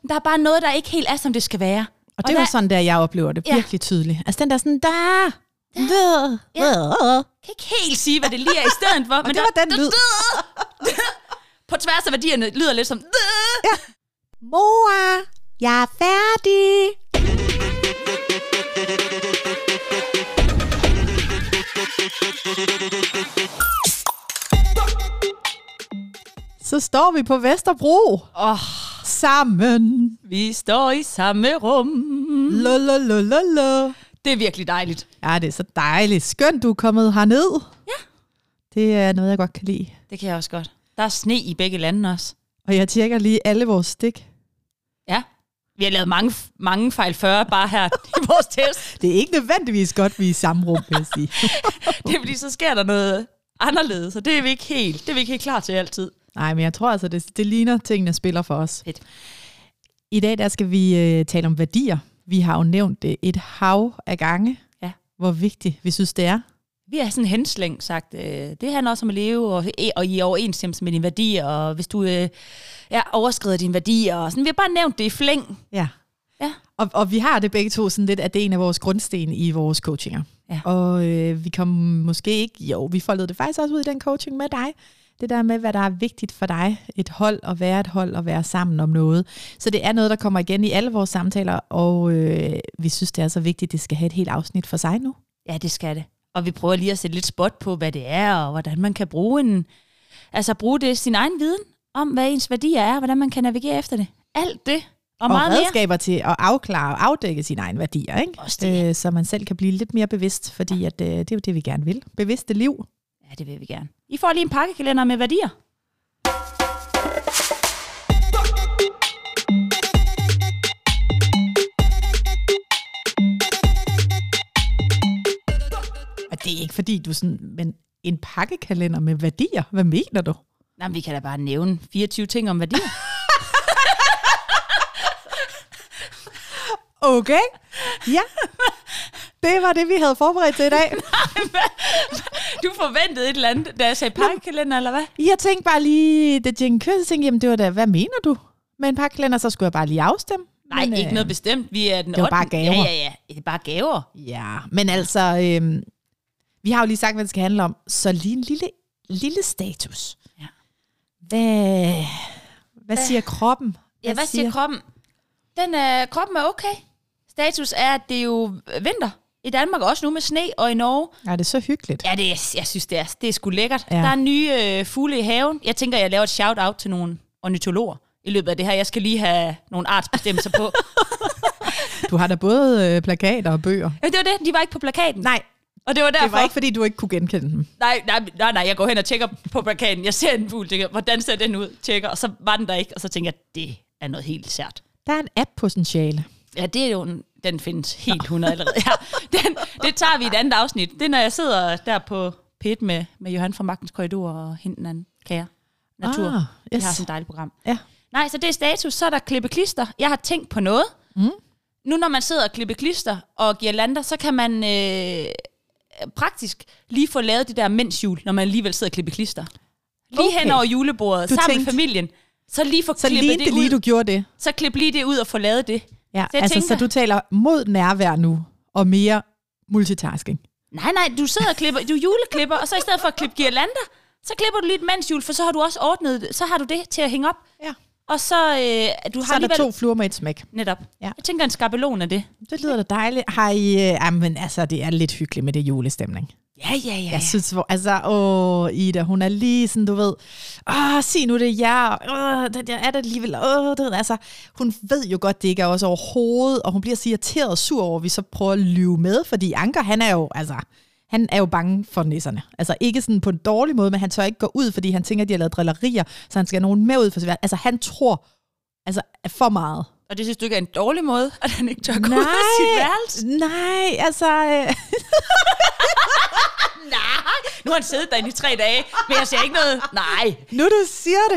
Der er bare noget, der ikke helt er, som det skal være. Og det var sådan, der jeg oplever det virkelig tydeligt. Altså den der sådan, Jeg kan ikke helt sige, hvad det lige er i stedet for. Men det var den lyd. På tværs af værdierne lyder lidt som... Ja. Mor, jeg er færdig. Så står vi på Vesterbro. Sammen. Vi står i samme rum. La. Det er virkelig dejligt. Ja, det er så dejligt. Skønt, du er kommet herned. Ja. Det er noget, jeg godt kan lide. Det kan jeg også godt. Der er sne i begge lande også. Og jeg tjekker lige alle vores stik. Ja. Vi har lavet mange fejl før, bare her i vores test. Det er ikke nødvendigvis godt, vi er i samme rum, vil jeg sige. Det er fordi, så sker der noget anderledes, og det er vi ikke helt klar til altid. Nej, men jeg tror altså, det ligner tingene spiller for os. Fedt. I dag der skal vi tale om værdier. Vi har jo nævnt det et hav af gange, hvor vigtigt vi synes, det er. Vi har sådan henslæng sagt, det handler også om at leve og i overensstemmelse med dine værdier, og hvis du overskrider dine værdier. Og sådan. Vi har bare nævnt det i flæng. Ja. Og vi har det begge to sådan lidt, at det er en af vores grundsten i vores coachinger. Ja. Og vi kom måske ikke, vi foldede det faktisk også ud i den coaching med dig. Det der med, hvad der er vigtigt for dig. Et hold, at være et hold, og være sammen om noget. Så det er noget, der kommer igen i alle vores samtaler, og vi synes, det er så vigtigt, det skal have et helt afsnit for sig nu. Ja, det skal det. Og vi prøver lige at sætte lidt spot på, hvad det er, og hvordan man kan bruge bruge det sin egen viden om, hvad ens værdier er, og hvordan man kan navigere efter det. Alt det, og meget mere. Og redskaber til at afklare og afdække sine egne værdier, ikke? Så man selv kan blive lidt mere bevidst, fordi at, det er jo det, vi gerne vil. Bevidste liv. Ja, det vil vi gerne. I får lige en pakkekalender med værdier. Og det er ikke fordi, du sådan... Men en pakkekalender med værdier? Hvad mener du? Nej, vi kan da bare nævne 24 ting om værdier. Okay. Ja. Det var det, vi havde forberedt til i dag. Du forventede et eller andet, da jeg sagde pakkekalender, eller hvad? Jeg tænkte bare lige, da Jane kørte, tænkte jamen det var da, hvad mener du med en pakkekalender? Så skulle jeg bare lige afstemme. Nej, men, ikke noget bestemt. Vi er den det var bare gaver. Ja. Det er bare gaver. Ja, men altså, vi har jo lige sagt, hvad det skal handle om. Så lige en lille status. Ja. Hvad siger kroppen? Hvad siger kroppen? Kroppen er okay. Status er, at det er jo vinter i Danmark, også nu med sne, og i Norge. Ja, det er så hyggeligt. Ja, jeg synes, det er sgu lækkert. Ja. Der er nye fugle i haven. Jeg tænker, jeg laver et shout-out til nogle ornitologer i løbet af det her. Jeg skal lige have nogle artsbestemmelser på. Du har da både plakater og bøger. Ja, det var det. De var ikke på plakaten. Nej. Og det var derfor. Det var ikke, fordi du ikke kunne genkende dem. Nej, jeg går hen og tjekker på plakaten. Jeg ser en fugl, tænker, hvordan ser den ud? Tjekker, og så var den der ikke. Og så tænker jeg, det er noget helt sært. Der er en app-potentiale. Ja, det er jo den findes helt 100 allerede. Ja, det tager vi i et andet afsnit. Det er, når jeg sidder der på P1 med Johan fra Magtens Korridor og hende den anden kære natur. Yes. Det har sådan et dejligt program. Ja. Nej, så det er status. Så er der klippeklister. Jeg har tænkt på noget. Nu når man sidder og klipper klister og giver lander, så kan man praktisk lige få lavet det der mensjul, når man alligevel sidder og klipper klister. Lige hen over julebordet, sammen med familien. Så lige få klippet det ud. Lige du gjorde det. Så klip lige det ud og få lavet det. Ja, så du taler mod nærvær nu, og mere multitasking. Nej, du sidder og klipper, du juleklipper, og så i stedet for at klippe girlander, så klipper du lige et mandsjul, for så har du også ordnet, så har du det til at hænge op. Ja. Og så du har så er der 2 fluer med et smæk. Netop. Ja. Jeg tænker en skabelon af det. Det lyder da dejligt. Har I, men altså, det er lidt hyggeligt med det julestemning. Ja. Jeg synes, Ida, hun er lige sådan, du ved, sig nu det det er det alligevel, altså, hun ved jo godt, det ikke er også overhovedet, og hun bliver så irriteret og sur over, at vi så prøver at lyve med, fordi Anker, han er jo bange for nisserne. Altså ikke sådan på en dårlig måde, men han tør ikke gå ud, fordi han tænker, at de har lavet drillerier, så han skal have nogen med ud for sig. Altså han tror for meget. Og det synes du ikke er en dårlig måde, at han ikke tør gå ud af sit værelse? Nej, altså... Nej, nu har han siddet derinde i 3 dage, men jeg siger ikke noget. Nej. Nu du siger det.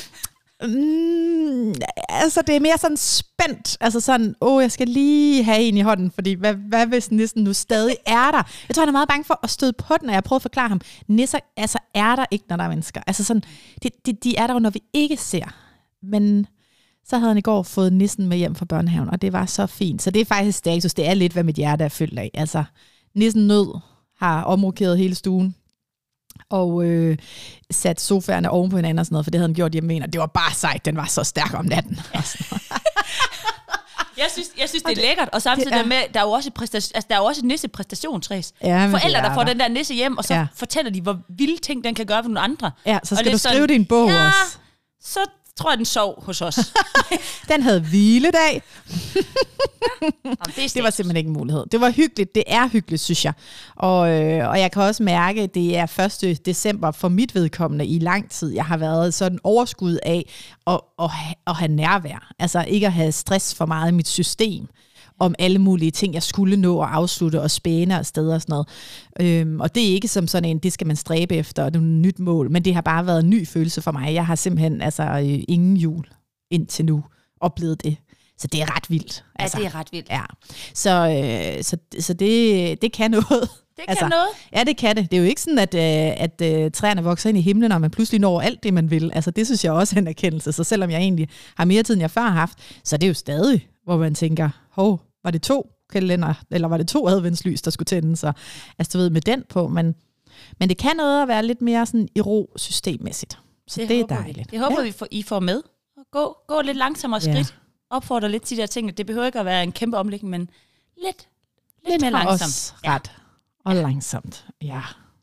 Altså det er mere sådan spændt. Altså sådan, jeg skal lige have en i hånden, fordi hvad hvis nissen nu stadig er der? Jeg tror, han er meget bange for at støde på den, og jeg prøver at forklare ham. Nisser altså er der ikke, når der er mennesker. Altså sådan, de er der jo, når vi ikke ser. Men så havde han i går fået nissen med hjem fra børnehaven, og det var så fint. Så det er faktisk status. Det er lidt, hvad mit hjerte er fyldt af. Altså, nissen nød, har omrokeret hele stuen, og sat sofaerne oven på hinanden og sådan noget, for det havde han gjort hjemme, og det var bare sejt. Den var så stærk om natten. Jeg synes, det er lækkert, og samtidig med, der er jo også et nisse-præstationsræs. Forældre, der får den der nisse hjem, og så fortæller de, hvor vilde ting den kan gøre for nogle andre. Ja, så skal du skrive din bog også. Så tror jeg, den sov hos os. Den havde hviledag. Det var simpelthen ikke en mulighed. Det var hyggeligt. Det er hyggeligt, synes jeg. Og jeg kan også mærke, at det er 1. december for mit vedkommende i lang tid. Jeg har været sådan overskud af at have nærvær. Altså ikke at have stress for meget i mit system om alle mulige ting, jeg skulle nå at afslutte og spæne og steder og sådan noget. Og det er ikke som sådan en, det skal man stræbe efter, og det er et nyt mål, men det har bare været en ny følelse for mig. Jeg har simpelthen ingen jul indtil nu oplevet det. Så det er ret vildt. Altså, ja, det er ret vildt. Ja. Så det kan noget. Det kan noget? Ja, det kan det. Det er jo ikke sådan, at træerne vokser ind i himlen, og man pludselig når alt det, man vil. Altså, det synes jeg også er en erkendelse. Så selvom jeg egentlig har mere tid, end jeg før har haft, så er det jo stadig, hvor man tænker, var det 2 kalender, eller var det 2 adventslys, der skulle tændes? Så, altså, du ved, med den på. Men det kan noget at være lidt mere sådan i ro systemmæssigt. Så det er dejligt. Det håber vi, I får med. Gå lidt langsommere skridt. Opfordrer lidt til de der ting. Det behøver ikke at være en kæmpe omlægning, men lidt mere langsomt. Også ret og langsomt, ja.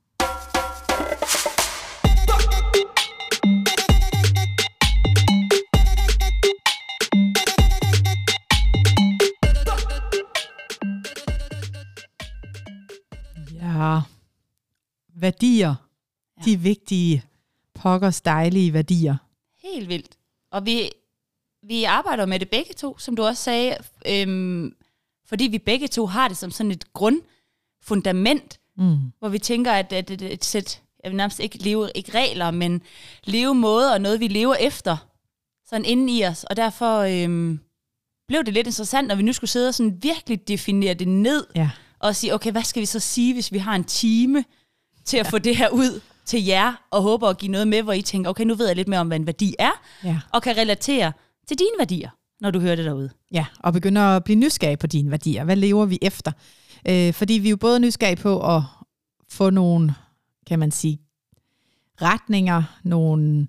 Ja, værdier. De vigtige, pokkers dejlige værdier. Helt vildt. Og vi arbejder med det begge to, som du også sagde, fordi vi begge to har det som sådan et grundfundament, hvor vi tænker, at et sæt, jeg vil nærmest ikke regler, men levemåder og noget, vi lever efter, sådan inden i os. Og derfor blev det lidt interessant, når vi nu skulle sidde og sådan virkelig definere det ned, og sige, okay, hvad skal vi så sige, hvis vi har en time til at få det her ud til jer, og håber at give noget med, hvor I tænker, okay, nu ved jeg lidt mere om, hvad en værdi er, og kan relatere til dine værdier, når du hører det derude. Ja, og begynder at blive nysgerrig på dine værdier. Hvad lever vi efter? Fordi vi er jo både nysgerrige på at få nogle, kan man sige, retninger, nogle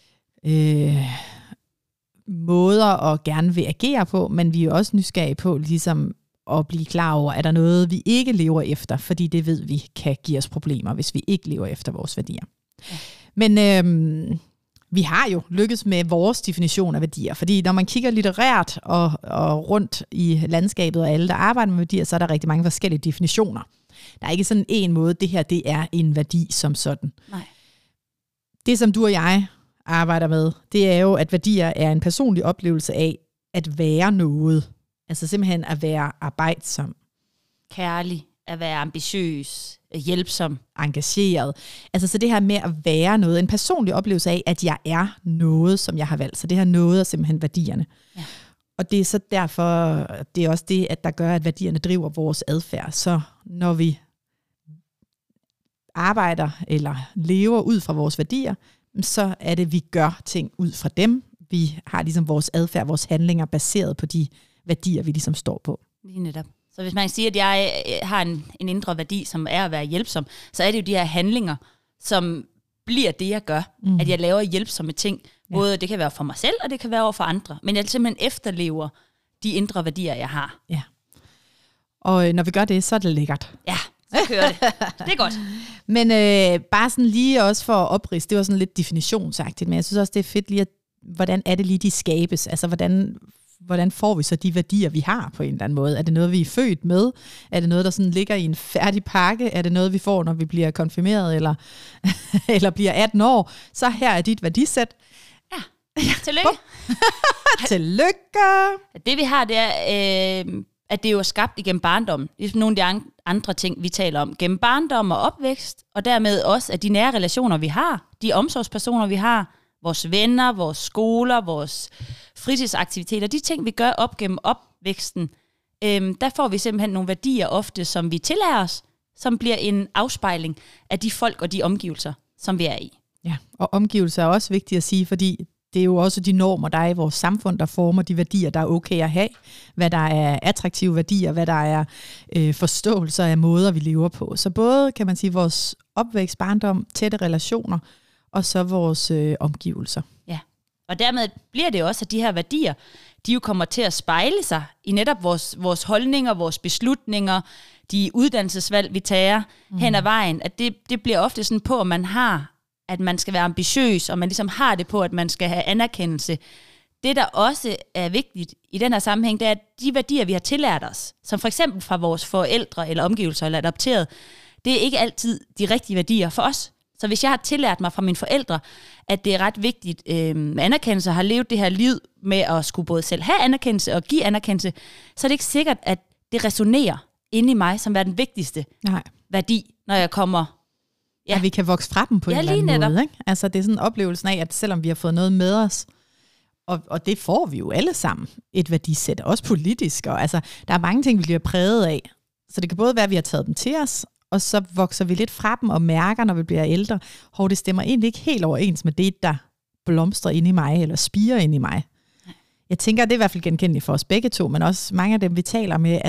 måder at gerne vil agere på, men vi er jo også nysgerrige på ligesom at blive klar over, er der noget, vi ikke lever efter, fordi det ved vi kan give os problemer, hvis vi ikke lever efter vores værdier. Ja. Men vi har jo lykkes med vores definition af værdier, fordi når man kigger litterært og rundt i landskabet og alle, der arbejder med værdier, så er der rigtig mange forskellige definitioner. Der er ikke sådan en måde, det her det er en værdi som sådan. Nej. Det, som du og jeg arbejder med, det er jo, at værdier er en personlig oplevelse af at være noget. Altså simpelthen at være arbejdsom. Kærlig, at være ambitiøs, hjælpsom. Engageret. Altså så det her med at være noget, en personlig oplevelse af, at jeg er noget, som jeg har valgt. Så det her noget er simpelthen værdierne. Ja. Og det er så derfor, det er også det, at der gør, at værdierne driver vores adfærd. Så når vi arbejder eller lever ud fra vores værdier, så er det, vi gør ting ud fra dem. Vi har ligesom vores adfærd, vores handlinger baseret på de værdier, vi ligesom står på. Lige netop. Så hvis man kan sige, at jeg har en indre værdi, som er at være hjælpsom, så er det jo de her handlinger, som bliver det, jeg gør. At jeg laver hjælpsomme ting. Både det kan være for mig selv, og det kan være over for andre. Men jeg simpelthen efterlever de indre værdier, jeg har. Ja. Og når vi gør det, så er det lækkert. Ja, så kører det. Det er godt. Men bare sådan lige også for at opridse, det var sådan lidt definitionsagtigt, men jeg synes også, det er fedt lige, at hvordan er det lige, de skabes? Altså, hvordan får vi så de værdier, vi har på en eller anden måde? Er det noget, vi er født med? Er det noget, der sådan ligger i en færdig pakke? Er det noget, vi får, når vi bliver konfirmeret eller bliver 18 år? Så her er dit værdisæt. Ja, tillykke. Tillykke. Det vi har, det er, at det jo er skabt igennem barndommen. Det er nogle af de andre ting, vi taler om. Gennem barndom og opvækst, og dermed også, at de nære relationer, vi har, de omsorgspersoner, vi har, vores venner, vores skoler, vores fritidsaktiviteter, de ting, vi gør op gennem opvæksten, der får vi simpelthen nogle værdier ofte, som vi tillærer os, som bliver en afspejling af de folk og de omgivelser, som vi er i. Ja, og omgivelser er også vigtigt at sige, fordi det er jo også de normer, der er i vores samfund, der former de værdier, der er okay at have, hvad der er attraktive værdier, hvad der er forståelser af måder, vi lever på. Så både, kan man sige, vores opvækst, barndom, tætte relationer, og så vores omgivelser. Ja, og dermed bliver det også, at de her værdier, de jo kommer til at spejle sig i netop vores holdninger, vores beslutninger, de uddannelsesvalg, vi tager hen ad vejen, at det bliver ofte sådan på, at man skal være ambitiøs, og man ligesom har det på, at man skal have anerkendelse. Det, der også er vigtigt i den her sammenhæng, det er, at de værdier, vi har tillært os, som for eksempel fra vores forældre eller omgivelser eller adopteret, det er ikke altid de rigtige værdier for os. Så hvis jeg har tillært mig fra mine forældre, at det er ret vigtigt med anerkendelse, og har levet det her liv med at skulle både selv have anerkendelse og give anerkendelse, så er det ikke sikkert, at det resonerer inde i mig, som er den vigtigste værdi, når jeg kommer. Ja. At vi kan vokse fra dem på en eller anden måde. Ikke? Altså det er sådan en oplevelse af, at selvom vi har fået noget med os, og det får vi jo alle sammen, et værdisæt, også politisk, og altså der er mange ting, vi bliver præget af. Så det kan både være, at vi har taget dem til os, og så vokser vi lidt fra dem og mærker, når vi bliver ældre, det stemmer egentlig ikke helt overens med det, der blomstrer ind i mig, eller spirer ind i mig. Jeg tænker, det er i hvert fald genkendeligt for os begge to, men også mange af dem, vi taler med,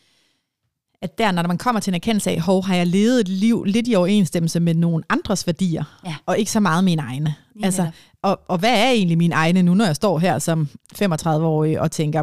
at der, når man kommer til en erkendelse af, har jeg levet et liv lidt i overensstemmelse med nogle andres værdier, og ikke så meget mine egne. Altså, og hvad er egentlig mine egne nu, når jeg står her som 35-årig og tænker,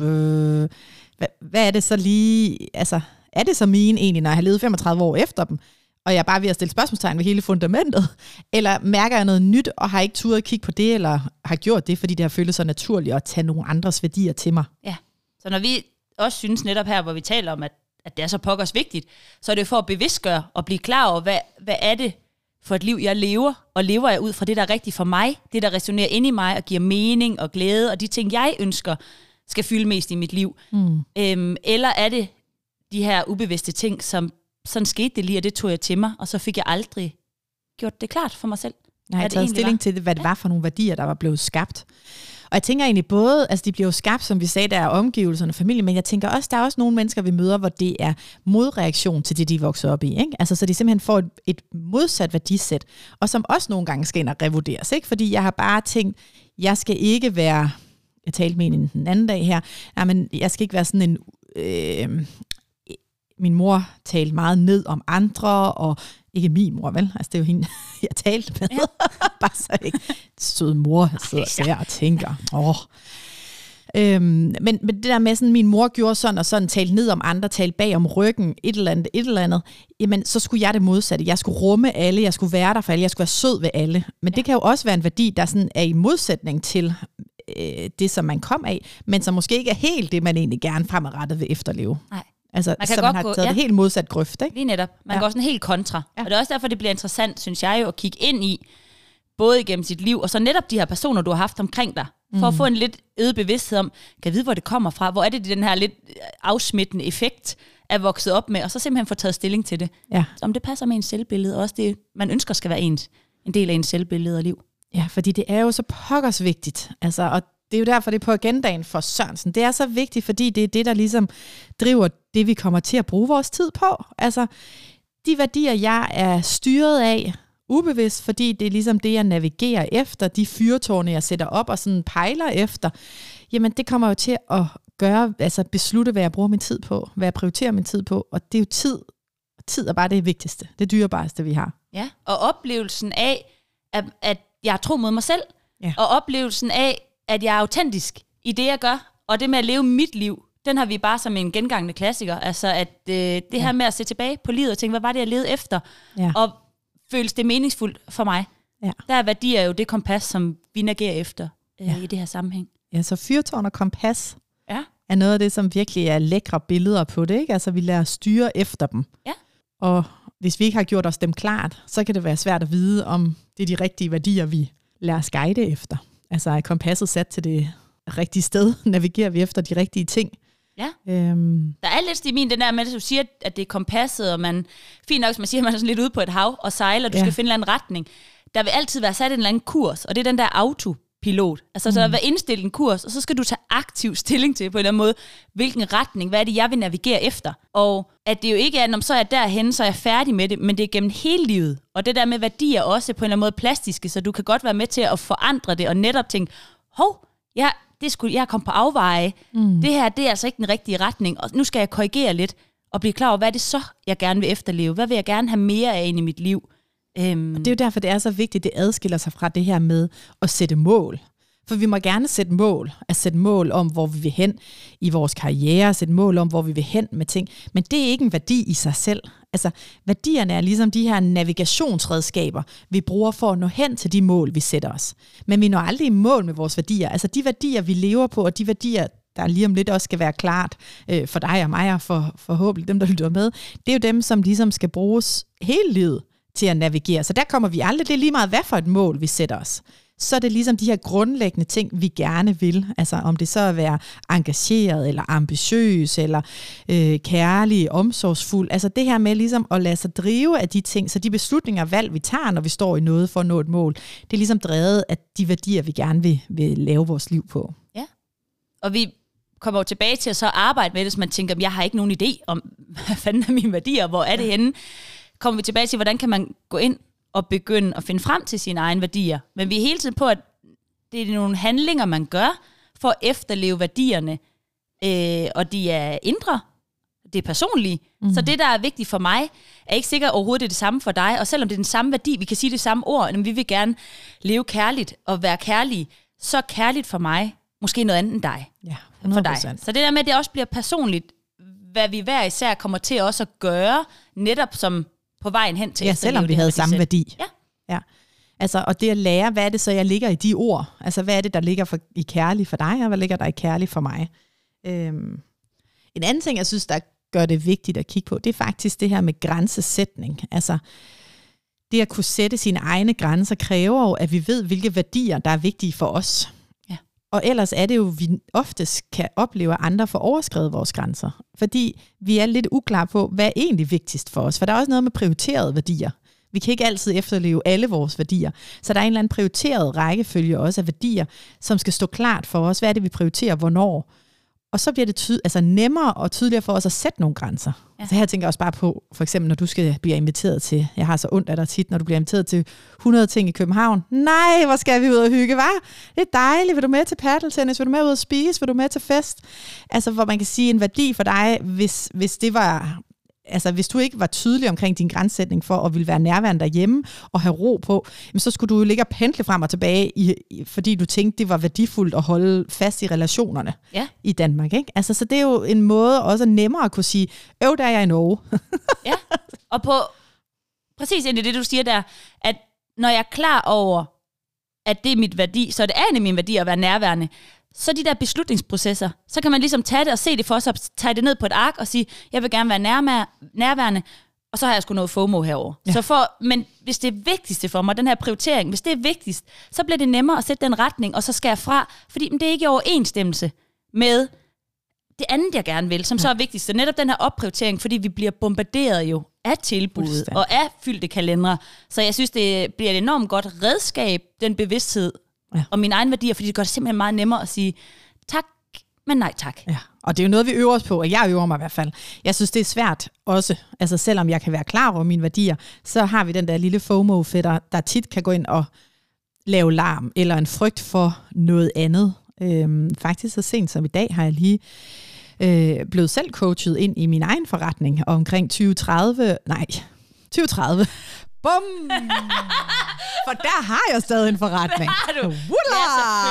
hvad er det så lige, altså, er det så mine egentlig, når jeg har levet 35 år efter dem, og jeg er bare ved at stille spørgsmålstegn ved hele fundamentet, eller mærker jeg noget nyt, og har ikke turet at kigge på det, eller har gjort det, fordi det har føltes så naturligt at tage nogle andres værdier til mig. Ja, så når vi også synes netop her, hvor vi taler om, at det er så pokkers vigtigt, så er det for at bevidstgøre og blive klar over, hvad er det for et liv, jeg lever, og lever jeg ud fra det, der er rigtigt for mig, det, der resonerer ind i mig, og giver mening og glæde, og de ting, jeg ønsker, skal fylde mest i mit liv. Eller er det de her ubevidste ting, som sådan skete det lige, og det tog jeg til mig, og så fik jeg aldrig gjort det klart for mig selv. Jeg har taget stilling til, hvad det var for nogle værdier, der var blevet skabt. Og jeg tænker egentlig både, altså de bliver jo skabt, som vi sagde, der er omgivelserne og familie, men jeg tænker også, der er også nogle mennesker, vi møder, hvor det er modreaktion til det, de vokser op i. Ikke? Altså så de simpelthen får et modsat værdisæt, og som også nogle gange skal ind og revurderes. Ikke? Fordi jeg har bare tænkt, jeg skal ikke være, jeg talte med en anden dag her, men jeg skal ikke være sådan en, min mor talte meget ned om andre, og ikke min mor, vel? Altså, det er jo hende, jeg talte med. Ja. Bare så ikke sød mor sidder der og tænker, Men det der med, sådan, min mor gjorde sådan og sådan, talte ned om andre, talte bag om ryggen, et eller andet, jamen, så skulle jeg det modsatte. Jeg skulle rumme alle, jeg skulle være der for alle, jeg skulle være sød ved alle. Men det kan jo også være en værdi, der sådan er i modsætning til det, som man kom af, men som måske ikke er helt det, man egentlig gerne fremadrettet vil efterleve. Nej. Altså, så man har taget det helt modsat grøft, ikke? Lige netop. Man går sådan helt kontra. Ja. Og det er også derfor, det bliver interessant, synes jeg jo, at kigge ind i, både igennem sit liv, og så netop de her personer, du har haft omkring dig, for at få en lidt øget bevidsthed om, kan vide, hvor det kommer fra, hvor er det den her lidt afsmittende effekt er vokset op med, og så simpelthen få taget stilling til det. Ja. Så om det passer med ens selvbillede, og også det, man ønsker skal være en del af ens selvbillede og liv. Ja, fordi det er jo så pokkers vigtigt. Altså, og det er jo derfor, det er på agendaen for Sørensen. Det er så vigtigt, fordi det er det, der ligesom driver det, vi kommer til at bruge vores tid på. Altså, de værdier, jeg er styret af, ubevidst, fordi det er ligesom det, jeg navigerer efter, de fyrtårne, jeg sætter op og sådan pejler efter, jamen det kommer jo til at gøre, altså beslutte, hvad jeg bruger min tid på, hvad jeg prioriterer min tid på, og det er jo tid. Tid er bare det vigtigste, det dyrebareste, vi har. Ja, og oplevelsen af, at jeg har tro mod mig selv, og oplevelsen af, at jeg er autentisk i det, jeg gør, og det med at leve mit liv, den har vi bare som en gengangende klassiker. Altså, at det her med at se tilbage på livet og tænke, hvad var det, jeg levede efter? Ja. Og føles det meningsfuldt for mig? Ja. Der er værdier jo det kompas, som vi nagerer efter i det her sammenhæng. Ja, så fyrtårn og kompas er noget af det, som virkelig er lækre billeder på det, ikke? Altså, vi lader styre efter dem. Ja. Og hvis vi ikke har gjort os dem klart, så kan det være svært at vide, om det er de rigtige værdier, vi lader os guide efter. Altså er kompasset sat til det rigtige sted? Navigerer vi efter de rigtige ting? Ja. Der er lidt stimin, den der med, at du siger, at det er kompasset, og man, fint nok, man siger, at man er sådan lidt ude på et hav og sejler, og du skal finde en eller anden retning. Der vil altid være sat en eller anden kurs, og det er den der pilot. Altså så at være indstillet en kurs, og så skal du tage aktiv stilling til på en eller anden måde, hvilken retning, hvad er det, jeg vil navigere efter. Og at det jo ikke er, om så er jeg derhenne, så er jeg færdig med det, men det er gennem hele livet. Og det der med værdier også på en eller anden måde plastiske, så du kan godt være med til at forandre det, og netop tænke, jeg er kommet på afveje. Det her, det er altså ikke den rigtige retning, og nu skal jeg korrigere lidt, og blive klar over, hvad er det så, jeg gerne vil efterleve? Hvad vil jeg gerne have mere af ind i mit liv? Og det er jo derfor, det er så vigtigt, det adskiller sig fra det her med at sætte mål. For vi må gerne sætte mål. At sætte mål om, hvor vi vil hen i vores karriere, sætte mål om, hvor vi vil hen med ting. Men det er ikke en værdi i sig selv. Altså, værdierne er ligesom de her navigationsredskaber, vi bruger for at nå hen til de mål, vi sætter os. Men vi når aldrig i mål med vores værdier. Altså, de værdier, vi lever på, og de værdier, der lige om lidt også skal være klart for dig og mig, og forhåbentlig dem, der lytter med, det er jo dem, som ligesom skal bruges hele livet til at navigere. Så der kommer vi aldrig. Det er lige meget, hvad for et mål, vi sætter os. Så er det ligesom de her grundlæggende ting, vi gerne vil. Altså om det så er at være engageret, eller ambitiøs, eller kærlig, omsorgsfuld. Altså det her med ligesom at lade sig drive af de ting, så de beslutninger og valg, vi tager, når vi står i noget for at nå et mål, det er ligesom drevet af de værdier, vi gerne vil lave vores liv på. Ja, og vi kommer jo tilbage til at så arbejde med det, så man tænker, jeg har ikke nogen idé om, hvad fanden er mine værdier, hvor er det henne? Kommer vi tilbage til, hvordan kan man gå ind og begynde at finde frem til sine egne værdier. Men vi er hele tiden på, at det er nogle handlinger, man gør for at efterleve værdierne, og de er indre, det er personlige. Så det, der er vigtigt for mig, er ikke sikkert overhovedet, det er det samme for dig, og selvom det er den samme værdi, vi kan sige det samme ord, men vi vil gerne leve kærligt og være kærlige, så kærligt for mig, måske noget andet end dig. Ja, 100%. For dig. Så det der med, at det også bliver personligt, hvad vi hver især kommer til også at gøre, netop som på vejen hen til. Ja, selvom vi havde samme værdi. Ja. Altså, og det at lære, hvad er det så, jeg ligger i de ord? Altså, hvad er det, der ligger i kærlig for dig, og hvad ligger der i kærlig for mig? En anden ting, jeg synes, der gør det vigtigt at kigge på, det er faktisk det her med grænsesætning. Altså, det at kunne sætte sine egne grænser kræver jo, at vi ved, hvilke værdier, der er vigtige for os. Ja. Og ellers er det jo, vi oftest kan opleve, at andre får overskredet vores grænser. Fordi vi er lidt uklare på, hvad er egentlig vigtigst for os. For der er også noget med prioriterede værdier. Vi kan ikke altid efterleve alle vores værdier. Så der er en eller anden prioriteret rækkefølge også af værdier, som skal stå klart for os. Hvad er det, vi prioriterer, hvornår? Og så bliver det nemmere og tydeligere for os at sætte nogle grænser. Ja. Så her tænker jeg også bare på, for eksempel når du bliver inviteret til, jeg har så ondt af dig tit, når du bliver inviteret til 100 ting i København. Nej, hvor skal vi ud og hygge, hva'? Det er dejligt. Vil du med til paddeltennis? Vil du med ud og spise? Vil du med til fest? Altså, hvor man kan sige en værdi for dig, hvis det var... Altså, hvis du ikke var tydelig omkring din grænsætning for at ville være nærværende derhjemme og have ro på, så skulle du jo ligge og pendle frem og tilbage, fordi du tænkte, det var værdifuldt at holde fast i relationerne i Danmark. Ikke? Altså, så det er jo en måde også nemmere at kunne sige, der er jeg i Norge. Ja, og på præcis ind i det, du siger der, at når jeg er klar over, at det er mit værdi, så det er en af mine værdier at være nærværende, så de der beslutningsprocesser, så kan man ligesom tage det og se det for sig, tage det ned på et ark og sige, jeg vil gerne være nærværende, og så har jeg sgu noget FOMO herover. Ja. Men hvis det er vigtigste for mig, den her prioritering, hvis det er vigtigst, så bliver det nemmere at sætte den retning, og så skal jeg fra, fordi det er ikke i overensstemmelse med det andet, jeg gerne vil, som så er vigtigst. Så netop den her opprioritering, fordi vi bliver bombarderet jo af tilbud og af fyldte kalendere. Så jeg synes, det bliver et enormt godt redskab, den bevidsthed, og mine egne værdier, fordi det gør det simpelthen meget nemmere at sige tak, men nej tak. Ja, og det er jo noget, vi øver os på, og jeg øver mig i hvert fald. Jeg synes, det er svært også, altså selvom jeg kan være klar over mine værdier, så har vi den der lille FOMO-fætter, der tit kan gå ind og lave larm, eller en frygt for noget andet. Faktisk så sent som i dag har jeg lige blevet selv coachet ind i min egen forretning, og omkring 2030. Bum! For der har jeg stadig en forretning. Det har du. Ja,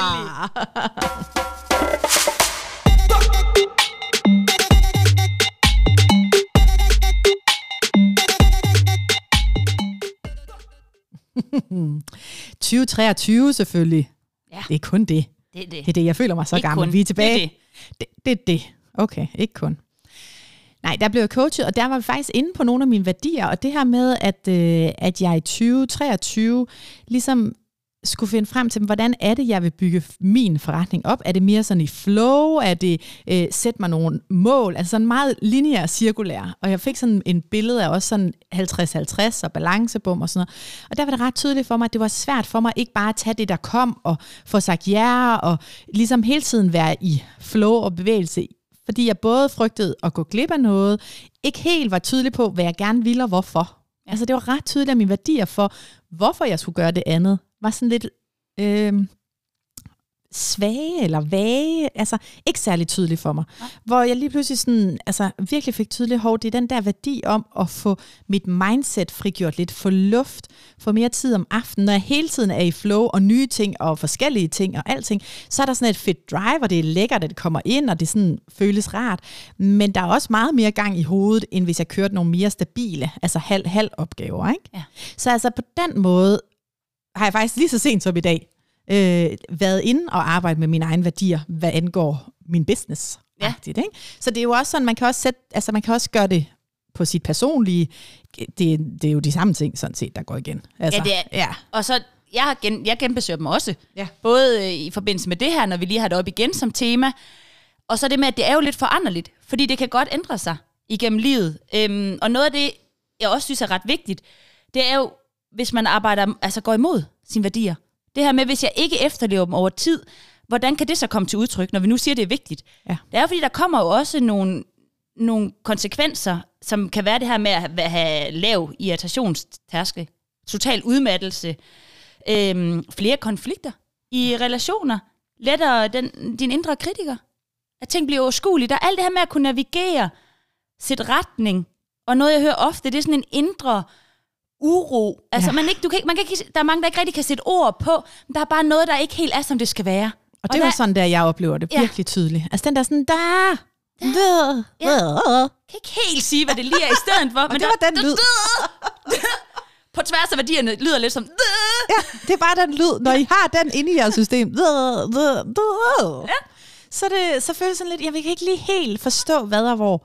selvfølgelig. 2023 selvfølgelig. Ja. Det er kun det. Det er det. Jeg føler mig så gammel. Kun. Vi er tilbage. Det er det. Okay, ikke kun. Nej, der blev jeg coachet, og der var vi faktisk inde på nogle af mine værdier, og det her med, at jeg i 2023 ligesom skulle finde frem til, hvordan er det, jeg vil bygge min forretning op? Er det mere sådan i flow? Er det sætte mig nogle mål? Altså sådan meget lineær, cirkulær. Og jeg fik sådan en billede af også sådan 50-50 og balancebom og sådan noget. Og der var det ret tydeligt for mig, at det var svært for mig ikke bare at tage det, der kom, og få sagt ja, og ligesom hele tiden være i flow og bevægelse. Fordi jeg både frygtede at gå glip af noget, ikke helt var tydelig på, hvad jeg gerne ville og hvorfor. Altså det var ret tydeligt, at mine værdier for, hvorfor jeg skulle gøre det andet, var sådan lidt svage eller vage, altså ikke særlig tydeligt for mig. Ja. Hvor jeg lige pludselig sådan, altså virkelig fik tydeligt, det er den der værdi om at få mit mindset frigjort lidt, få luft, få mere tid om aftenen, når jeg hele tiden er i flow og nye ting og forskellige ting og alting, så er der sådan et fedt drive, og det er lækkert, at det kommer ind, og det sådan føles rart. Men der er også meget mere gang i hovedet, end hvis jeg kørte nogle mere stabile, altså halv opgaver, ikke? Ja. Så altså på den måde har jeg faktisk lige så sent som i dag været inde og arbejde med mine egne værdier, hvad angår min business. Ja. Ikke? Så det er jo også sådan, man kan også gøre det på sit personlige. Det er jo de samme ting, sådan set, der går igen. Altså, ja, det er. Ja. Og så, jeg genbesøger dem også. Ja. Både i forbindelse med det her, når vi lige har det op igen som tema, og så det med, at det er jo lidt foranderligt, fordi det kan godt ændre sig igennem livet. Og noget af det, jeg også synes er ret vigtigt, det er jo, hvis man arbejder, altså går imod sine værdier. Det her med, hvis jeg ikke efterlever dem over tid, hvordan kan det så komme til udtryk, når vi nu siger, det er vigtigt? Ja. Det er jo, fordi der kommer jo også nogle konsekvenser, som kan være det her med at have lav irritationstærskel, total udmattelse, flere konflikter i relationer, lettere din indre kritiker, at ting bliver overskuelige. Der er alt det her med at kunne navigere, sætte retning, og noget, jeg hører ofte, det er sådan en indre uro. Altså, man kan ikke, der er mange, der ikke rigtig kan sætte ord på, men der er bare noget, der ikke helt er, som det skal være. Og det var sådan, der jeg oplever det virkelig tydeligt. Altså den der sådan, kan ikke helt sige, hvad det lige er i stedet for. Men det var den lyd. På tværs af værdierne lyder lidt som... Ja, det er bare den lyd, når I har den inde i jeres system. Så føles sådan lidt, jeg vil ikke lige helt forstå, hvad og hvor.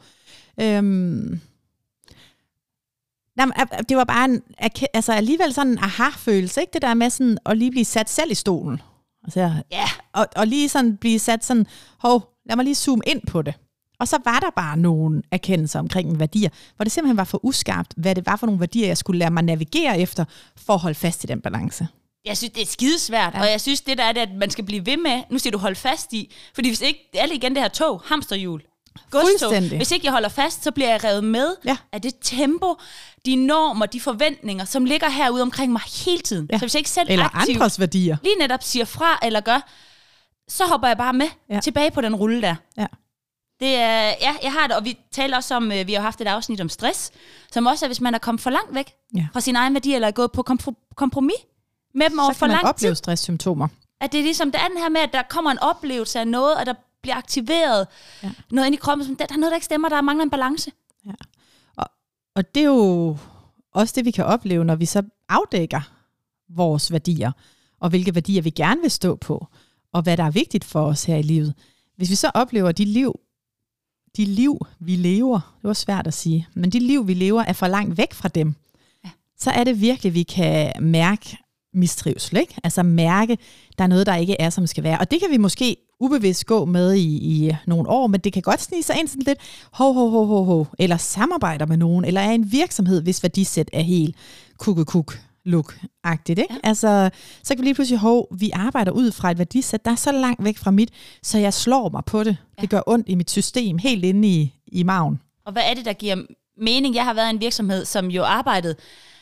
Det var bare alligevel sådan en aha-følelse, ikke? Det der med sådan at lige blive sat selv i stolen. Altså, og lige sådan blive sat sådan, lad mig lige zoome ind på det. Og så var der bare nogle erkendelser omkring værdier, hvor det simpelthen var for uskarpt, hvad det var for nogle værdier, jeg skulle lære mig navigere efter, for at holde fast i den balance. Jeg synes, det er skidesvært, og jeg synes, det der er det, at man skal blive ved med, nu siger du holde fast i, fordi hvis ikke, det er igen det her tog, hamsterhjul, godstog. Hvis ikke jeg holder fast, så bliver jeg revet med af det tempo, de normer, de forventninger, som ligger herude omkring mig hele tiden. Ja. Så hvis jeg ikke selv eller aktivt, andres værdier, lige netop siger fra eller gør, så hopper jeg bare med tilbage på den rulle der. Ja. Det er, jeg har det, og vi taler også om, vi har haft et afsnit om stress, som også er, hvis man er kommet for langt væk fra sin egen værdi, eller er gået på kompromis med dem over for lang tid. Så kan man opleve stresssymptomer. At det er ligesom, det er den her med, at der kommer en oplevelse af noget, og der bliver aktiveret noget ind i kroppen, som der er noget, der ikke stemmer, der mangler en balance. Ja. Og det er jo også det, vi kan opleve, når vi så afdækker vores værdier, og hvilke værdier vi gerne vil stå på, og hvad der er vigtigt for os her i livet. Hvis vi så oplever de liv, vi lever, det var svært at sige, men de liv, vi lever, er for langt væk fra dem, så er det virkelig, vi kan mærke mistrivsel, ikke? Altså mærke, der er noget, der ikke er, som skal være. Og det kan vi måske ubevidst gå med i nogle år, men det kan godt snige sig ind sådan lidt, eller samarbejder med nogen, eller er en virksomhed, hvis værdisæt er helt look-agtigt, ikke? Ja. Altså, så kan vi lige pludselig, vi arbejder ud fra et værdisæt, der er så langt væk fra mit, så jeg slår mig på det. Ja. Det gør ondt i mit system, helt inde i maven. Og hvad er det, der giver mening? Jeg har været i en virksomhed, som jo arbejdede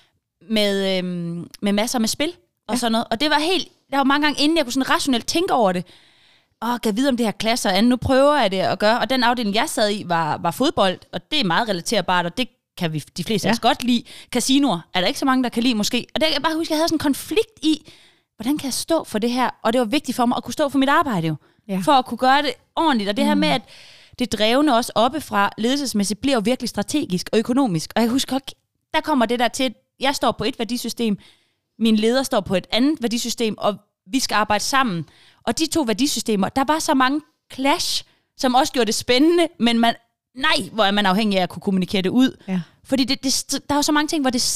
med masser med spil og sådan noget. Og det var der var mange gange, inden jeg kunne sådan rationelt tænke over det. Kan jeg vide, om det her klasser og andet. Nu prøver jeg det at gøre. Og den afdeling, jeg sad i, var fodbold, og det er meget relaterbart, og det kan vi de fleste af os godt lide. Casinoer er der ikke så mange, der kan lide måske. Og der kan jeg bare huske, at jeg havde sådan en konflikt i, hvordan kan jeg stå for det her? Og det var vigtigt for mig at kunne stå for mit arbejde jo. Ja. For at kunne gøre det ordentligt. Og det her med, at det drevne også oppefra ledelsesmæssigt bliver jo virkelig strategisk og økonomisk. Og jeg husker godt, der kommer det der til, at jeg står på et værdisystem, min leder står på et andet værdisystem, og vi skal arbejde sammen. Og de to værdisystemer, der var så mange clash, som også gjorde det spændende, men hvor er man afhængig af at kunne kommunikere det ud. Ja. Fordi der er jo så mange ting, hvor det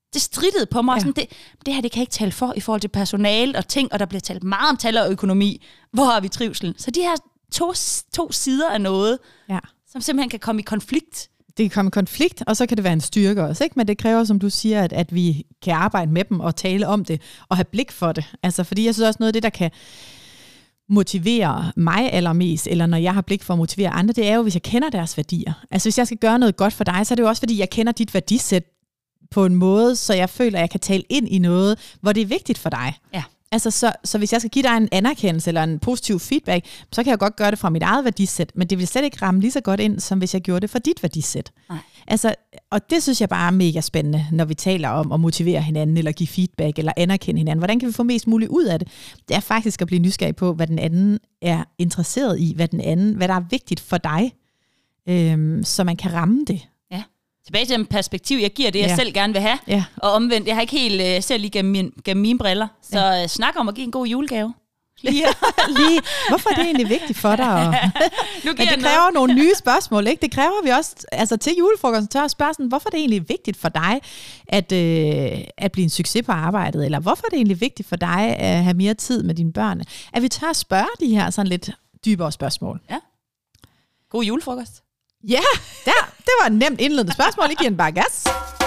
det strittede på mig. Sådan, det her, det kan jeg ikke tale for i forhold til personale og ting, og der bliver talt meget om tal og økonomi. Hvor har vi trivsel? Så de her to sider af noget, som simpelthen kan komme i konflikt. Det kan komme i konflikt, og så kan det være en styrke også, ikke? Men det kræver, som du siger, at vi kan arbejde med dem og tale om det, og have blik for det. Altså, fordi jeg synes også, noget af det, der kan motivere mig allermest, eller når jeg har blik for at motivere andre, det er jo, hvis jeg kender deres værdier. Altså, hvis jeg skal gøre noget godt for dig, så er det jo også, fordi jeg kender dit værdisæt på en måde, så jeg føler, at jeg kan tale ind i noget, hvor det er vigtigt for dig. Ja. Altså, så hvis jeg skal give dig en anerkendelse eller en positiv feedback, så kan jeg godt gøre det fra mit eget værdisæt, men det vil slet ikke ramme lige så godt ind, som hvis jeg gjorde det fra dit værdisæt. Altså, og det synes jeg bare er mega spændende, når vi taler om at motivere hinanden, eller give feedback, eller anerkende hinanden. Hvordan kan vi få mest muligt ud af det? Det er faktisk at blive nysgerrig på, hvad den anden er interesseret i, hvad der er vigtigt for dig, så man kan ramme det. Tilbage til den perspektiv, jeg giver det, jeg selv gerne vil have. Ja. Og omvendt, jeg har ikke helt selv lige gennem mine briller. Så snak om at give en god julegave. Lige. Hvorfor er det egentlig vigtigt for dig? Men det kræver nogle nye spørgsmål, ikke? Det kræver vi også, altså til julefrokosten tør at spørge sådan, hvorfor er det egentlig vigtigt for dig at blive en succes på arbejdet? Eller hvorfor er det egentlig vigtigt for dig at have mere tid med dine børn? At vi tør at spørge de her sådan lidt dybere spørgsmål. Ja. God julefrokost. Ja, det var et nemt indledende spørgsmål. I giver den bare gas.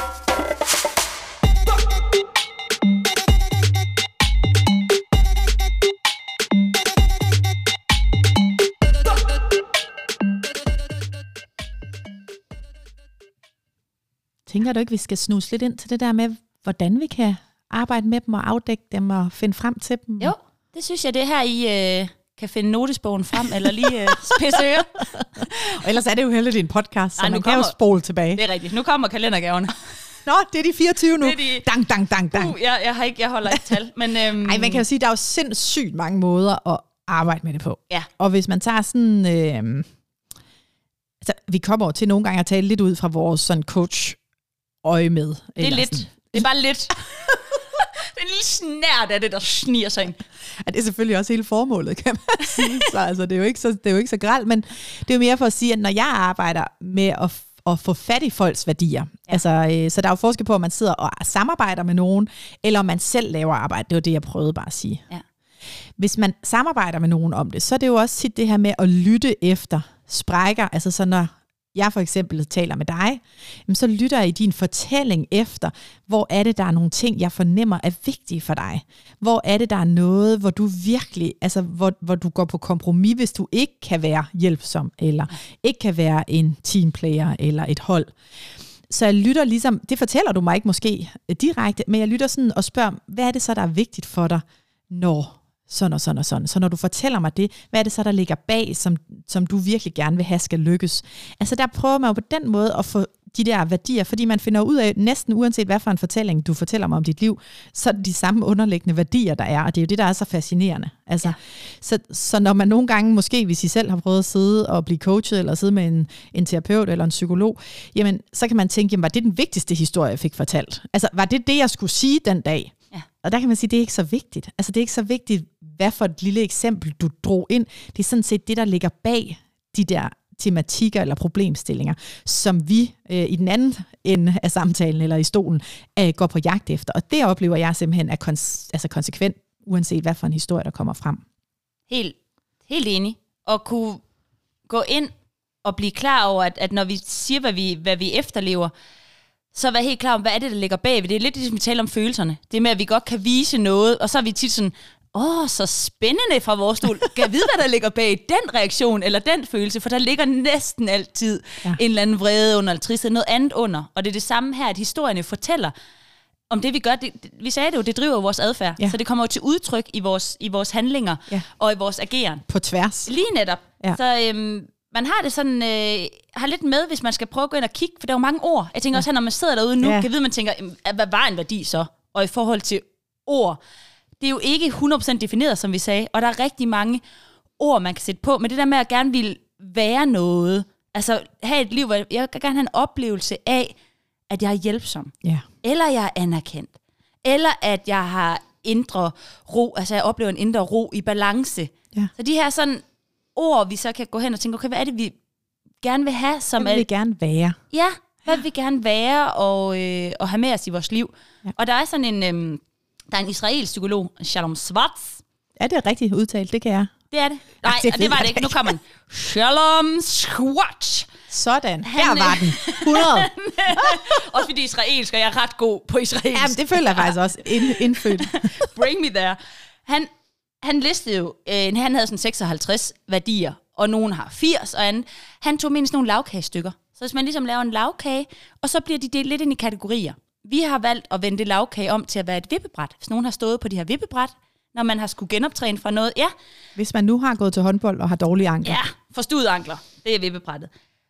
Tænker du ikke, vi skal snuse lidt ind til det der med, hvordan vi kan arbejde med dem og afdække dem og finde frem til dem? Jo, det synes jeg, det her I kan finde notesbogen frem, eller lige spidse ører. Og ellers er det jo heldigt en podcast, så man kan jo spole tilbage. Det er rigtigt. Nu kommer kalendergaverne. Nå, det er de 24 nu. Dang. Jeg holder ikke tal. Men, man kan jo sige, at der er jo sindssygt mange måder at arbejde med det på. Ja. Og hvis man tager sådan... altså, vi kommer over til nogle gange at tale lidt ud fra vores sådan coach-øje med. Det er lidt. Sådan. Det er bare lidt. Det er en lille snært af det, der sniger sig ind. Ja, det er selvfølgelig også hele formålet, kan man sige. Så, altså, det er jo ikke så grelt, men det er jo mere for at sige, at når jeg arbejder med at få fat i folks værdier, altså, så der er jo forskel på, om man sidder og samarbejder med nogen, eller om man selv laver arbejde. Det var det, jeg prøvede bare at sige. Ja. Hvis man samarbejder med nogen om det, så er det jo også tit det her med at lytte efter sprækker, altså så når jeg for eksempel taler med dig, så lytter jeg i din fortælling efter, hvor er det, der er nogle ting, jeg fornemmer er vigtige for dig. Hvor er det, der er noget, hvor du virkelig, altså hvor du går på kompromis, hvis du ikke kan være hjælpsom, eller ikke kan være en teamplayer, eller et hold. Så jeg lytter ligesom, det fortæller du mig ikke måske direkte, men jeg lytter sådan og spørger, hvad er det så, der er vigtigt for dig, når sådan og sådan og sådan. Så når du fortæller mig det, hvad er det så, der ligger bag, som du virkelig gerne vil have skal lykkes? Altså der prøver man jo på den måde at få de der værdier, fordi man finder ud af, næsten uanset hvad for en fortælling du fortæller mig om dit liv, så er det de samme underliggende værdier, der er, og det er jo det, der er så fascinerende. Altså, så når man nogle gange, måske hvis I selv har prøvet at sidde og blive coachet, eller sidde med en terapeut eller en psykolog, jamen så kan man tænke, jamen, var det den vigtigste historie, jeg fik fortalt? Altså var det det, jeg skulle sige den dag? Ja. Og der kan man sige, det er ikke så vigtigt. Altså det er ikke så vigtigt, hvad for et lille eksempel du drog ind. Det er sådan set det, der ligger bag de der tematikker eller problemstillinger, som vi i den anden ende af samtalen eller i stolen går på jagt efter. Og det oplever jeg simpelthen er konsekvent, uanset hvad for en historie, der kommer frem. Helt enig. Og kunne gå ind og blive klar over, at når vi siger, hvad vi efterlever, så vær helt klar om, hvad er det, der ligger bagved. Det er lidt ligesom vi taler om følelserne. Det er med, at vi godt kan vise noget, og så er vi tit sådan, så spændende fra vores stol. Kan jeg vide, hvad der ligger bag den reaktion, eller den følelse? For der ligger næsten altid en eller anden vrede under, eller tristhed, noget andet under. Og det er det samme her, at historierne fortæller om det, vi gør. Vi sagde det jo, det driver vores adfærd. Ja. Så det kommer jo til udtryk i vores handlinger og i vores ageren. På tværs. Lige netop. Ja. Så man har det sådan, har lidt med, hvis man skal prøve at gå ind og kigge, for der er jo mange ord. Jeg tænker også her, når man sidder derude nu, kan vide, man tænker, hvad var en værdi så? Og i forhold til ord, det er jo ikke 100% defineret, som vi sagde, og der er rigtig mange ord, man kan sætte på, men det der med at gerne vil være noget, altså have et liv, hvor jeg kan gerne have en oplevelse af, at jeg er hjælpsom, eller jeg er anerkendt, eller at jeg har indre ro, altså jeg oplever en indre ro i balance. Ja. Så de her sådan ord, vi så kan gå hen og tænke, okay, hvad er det, vi gerne vil have? Som vil vi gerne være. Ja, Hvad vil vi gerne være og have med os i vores liv? Ja. Og der er sådan en, der er en israelsk psykolog, Shalom Schwartz. Er det rigtigt udtalt? Det kan jeg. Det er det. Nej, det var det ikke. Nu kommer den. Shalom Schwartz. Sådan. Her var den. 100. Også fordi israelsk, og jeg er ret god på israelsk. Jamen, det føler jeg faktisk også indfødt. Bring me there. Han listede jo, han havde sådan 56 værdier, og nogen har 80 og andet. Han tog mindst nogle lavkagestykker. Så hvis man ligesom laver en lavkage, og så bliver de delt lidt ind i kategorier. Vi har valgt at vende det lavkage om til at være et vippebræt. Hvis nogen har stået på de her vippebræt, når man har skulle genoptræne fra noget, ja. Hvis man nu har gået til håndbold og har dårlige ankler. Ja, forstuede ankler. Det er vippebrættet.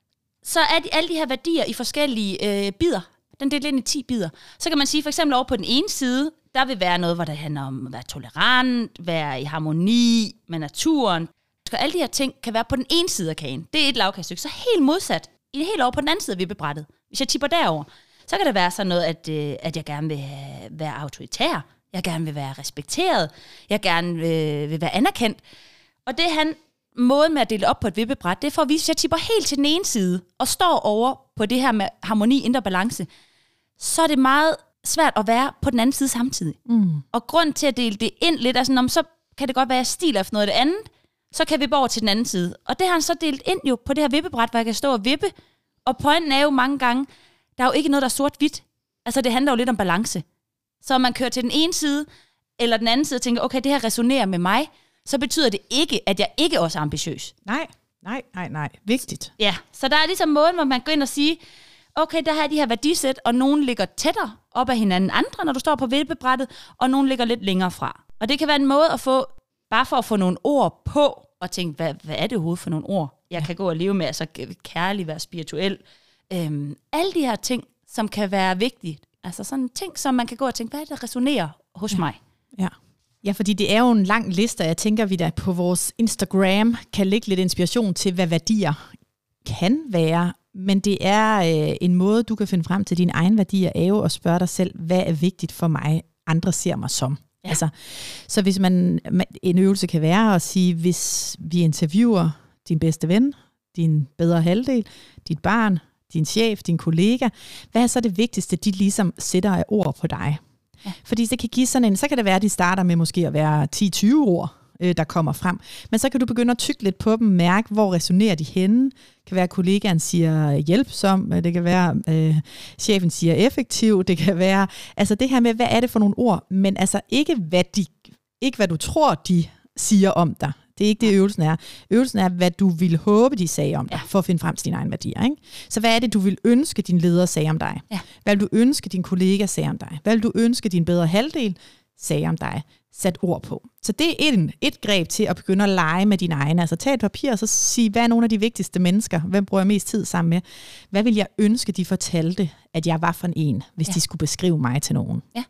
Så er alle de her værdier i forskellige bidder. Den deler ind i 10 bidder. Så kan man sige, for eksempel over på den ene side, der vil være noget, hvor det handler om at være tolerant, være i harmoni med naturen. Og alle de her ting kan være på den ene side af kagen. Det er et lavkagestykke. Så helt modsat, helt over på den anden side af vippebrættet. Hvis jeg tipper derover, så kan det være sådan noget, at jeg gerne vil være autoritær. Jeg gerne vil være respekteret. Jeg gerne vil være anerkendt. Og det han måde med at dele op på et vippebræt, det er for at vise, at jeg tipper helt til den ene side, og står over på det her med harmoni, indre balance, så er det meget svært at være på den anden side samtidig. Og grund til at dele det ind lidt, er sådan, så kan det godt være, at jeg stiler efter noget af det andet, så kan vi gå over til den anden side. Og det har han så delt ind jo på det her vippebræt, hvor jeg kan stå og vippe, og pointen er jo mange gange, der er jo ikke noget, der er sort-hvidt. Altså det handler jo lidt om balance. Så om man kører til den ene side, eller den anden side, og tænker, okay, det her resonerer med mig, så betyder det ikke, at jeg ikke også er ambitiøs. Nej. Vigtigt. Ja, så der er ligesom måden, hvor man går ind og siger, okay, der har de her værdisæt, og nogen ligger tættere op ad hinanden andre, når du står på vippebrættet, og nogen ligger lidt længere fra. Og det kan være en måde at få, bare for at få nogle ord på, og tænke, hvad er det overhovedet for nogle ord, jeg kan gå og leve med, altså kærlig, være spirituel. Alle de her ting, som kan være vigtige, altså sådan ting, som man kan gå og tænke, hvad er det, der resonerer hos mig? Ja, fordi det er jo en lang liste, og jeg tænker, vi da på vores Instagram kan lægge lidt inspiration til, hvad værdier kan være. Men det er en måde, du kan finde frem til dine egne værdier, er jo at spørge dig selv, hvad er vigtigt for mig, andre ser mig som. Ja. Altså, så hvis en øvelse kan være at sige, hvis vi interviewer din bedste ven, din bedre halvdel, dit barn, din chef, din kollega, hvad er så det vigtigste, de ligesom sætter af ord på dig? Ja. Fordi det kan give sådan så kan det være, at de starter med måske at være 10-20 ord, der kommer frem. Men så kan du begynde at tygge lidt på dem, mærke, hvor resonerer de henne. Det kan være, at kollegaen siger hjælpsom, det kan være, chefen siger effektiv, det kan være, altså det her med, hvad er det for nogle ord, men altså ikke hvad du tror, de siger om dig. Det er ikke det, øvelsen er. Øvelsen er, hvad du ville håbe, de sagde om dig, for at finde frem til dine egne værdier. Ikke? Så hvad er det, du vil ønske, din leder sagde om dig? Ja. Hvad vil du ønske, din kollega sagde om dig? Hvad vil du ønske, din bedre halvdel sagde om dig? Sat ord på. Så det er et greb til at begynde at lege med dine egne. Altså tag et papir og så sige, hvad er nogle af de vigtigste mennesker? Hvem bruger jeg mest tid sammen med? Hvad vil jeg ønske, de fortalte, at jeg var for en, hvis de skulle beskrive mig til nogen? Ja.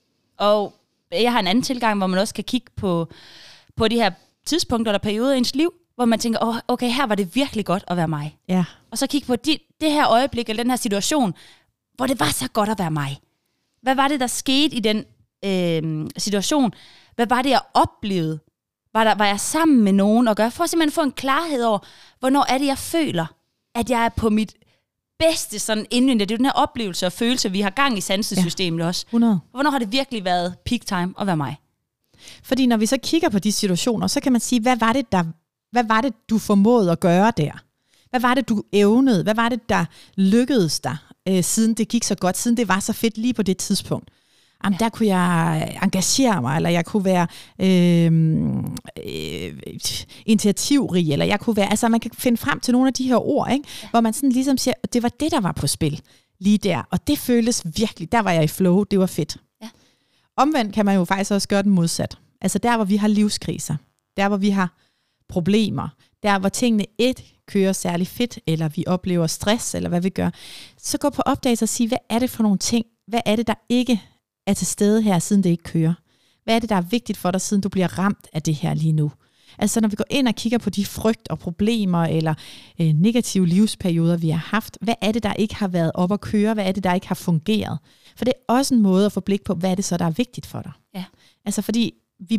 Og jeg har en anden tilgang, hvor man også kan kigge på de her tidspunkter eller perioder i ens liv, hvor man tænker, okay, her var det virkelig godt at være mig. Ja. Og så kigge på det her øjeblik, eller den her situation, hvor det var så godt at være mig. Hvad var det, der skete i den situation? Hvad var det, jeg oplevede? Var jeg sammen med nogen og gøre? For at simpelthen få en klarhed over, hvornår er det, jeg føler, at jeg er på mit bedste sådan indvendigt. Det er den her oplevelse og følelse, vi har gang i sansesystemet også. 100. Hvornår har det virkelig været peak time at være mig? Fordi når vi så kigger på de situationer, så kan man sige, hvad var det, du formåede at gøre der? Hvad var det, du evnede? Hvad var det, der lykkedes dig, siden det gik så godt, siden det var så fedt lige på det tidspunkt? Jamen, der kunne jeg engagere mig, eller jeg kunne være initiativrig, eller jeg kunne være, altså man kan finde frem til nogle af de her ord, ikke? Hvor man sådan ligesom siger, det var det, der var på spil lige der, og det føltes virkelig, der var jeg i flow, det var fedt. Ja. Omvendt kan man jo faktisk også gøre den modsat. Altså der, hvor vi har livskriser, der, hvor vi har problemer, der, hvor tingene kører særlig fedt, eller vi oplever stress, eller hvad vi gør, så gå på opdagelse og sige, hvad er det for nogle ting, hvad er det, der ikke er til stede her, siden det ikke kører? Hvad er det, der er vigtigt for dig, siden du bliver ramt af det her lige nu? Altså når vi går ind og kigger på de frygt og problemer, eller negative livsperioder, vi har haft, hvad er det, der ikke har været op at køre? Hvad er det, der ikke har fungeret? For det er også en måde at få blik på, hvad er det så, der er vigtigt for dig? Ja. Altså fordi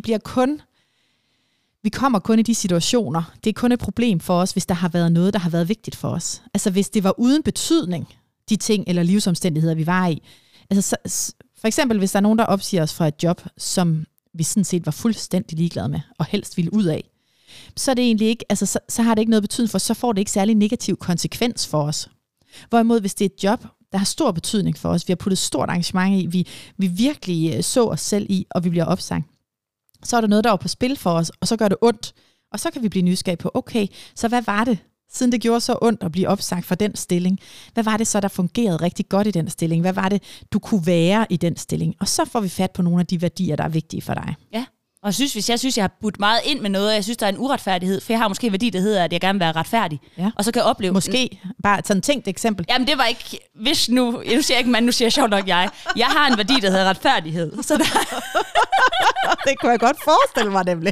vi kommer kun i de situationer. Det er kun et problem for os, hvis der har været noget, der har været vigtigt for os. Altså hvis det var uden betydning, de ting eller livsomstændigheder, vi var i. Altså, for eksempel, hvis der er nogen, der opsiger os fra et job, som vi sådan set var fuldstændig ligeglade med, og helst ville ud af, så er det egentlig ikke, altså, så har det ikke noget betydning for os, så får det ikke særlig negativ konsekvens for os. Hvorimod, hvis det er et job, der har stor betydning for os, vi har puttet stort engagement i, vi virkelig så os selv i, og vi bliver opsagt, så er der noget, der er på spil for os, og så gør det ondt. Og så kan vi blive nysgerrige på, okay, så hvad var det, siden det gjorde så ondt at blive opsagt fra den stilling? Hvad var det så, der fungerede rigtig godt i den stilling? Hvad var det, du kunne være i den stilling? Og så får vi fat på nogle af de værdier, der er vigtige for dig. Ja, og hvis jeg synes, jeg har budt meget ind med noget, og jeg synes, der er en uretfærdighed, for jeg har måske en værdi, der hedder, at jeg gerne vil være retfærdig. Ja. Og så kan jeg opleve... Måske bare sådan et tænkt eksempel. Jamen det var ikke... Hvis nu siger jeg ikke mand, nu siger jeg sjovt nok jeg. Jeg har en værdi, der hedder retfærdighed. Så der... Det kunne jeg godt forestille mig nemlig.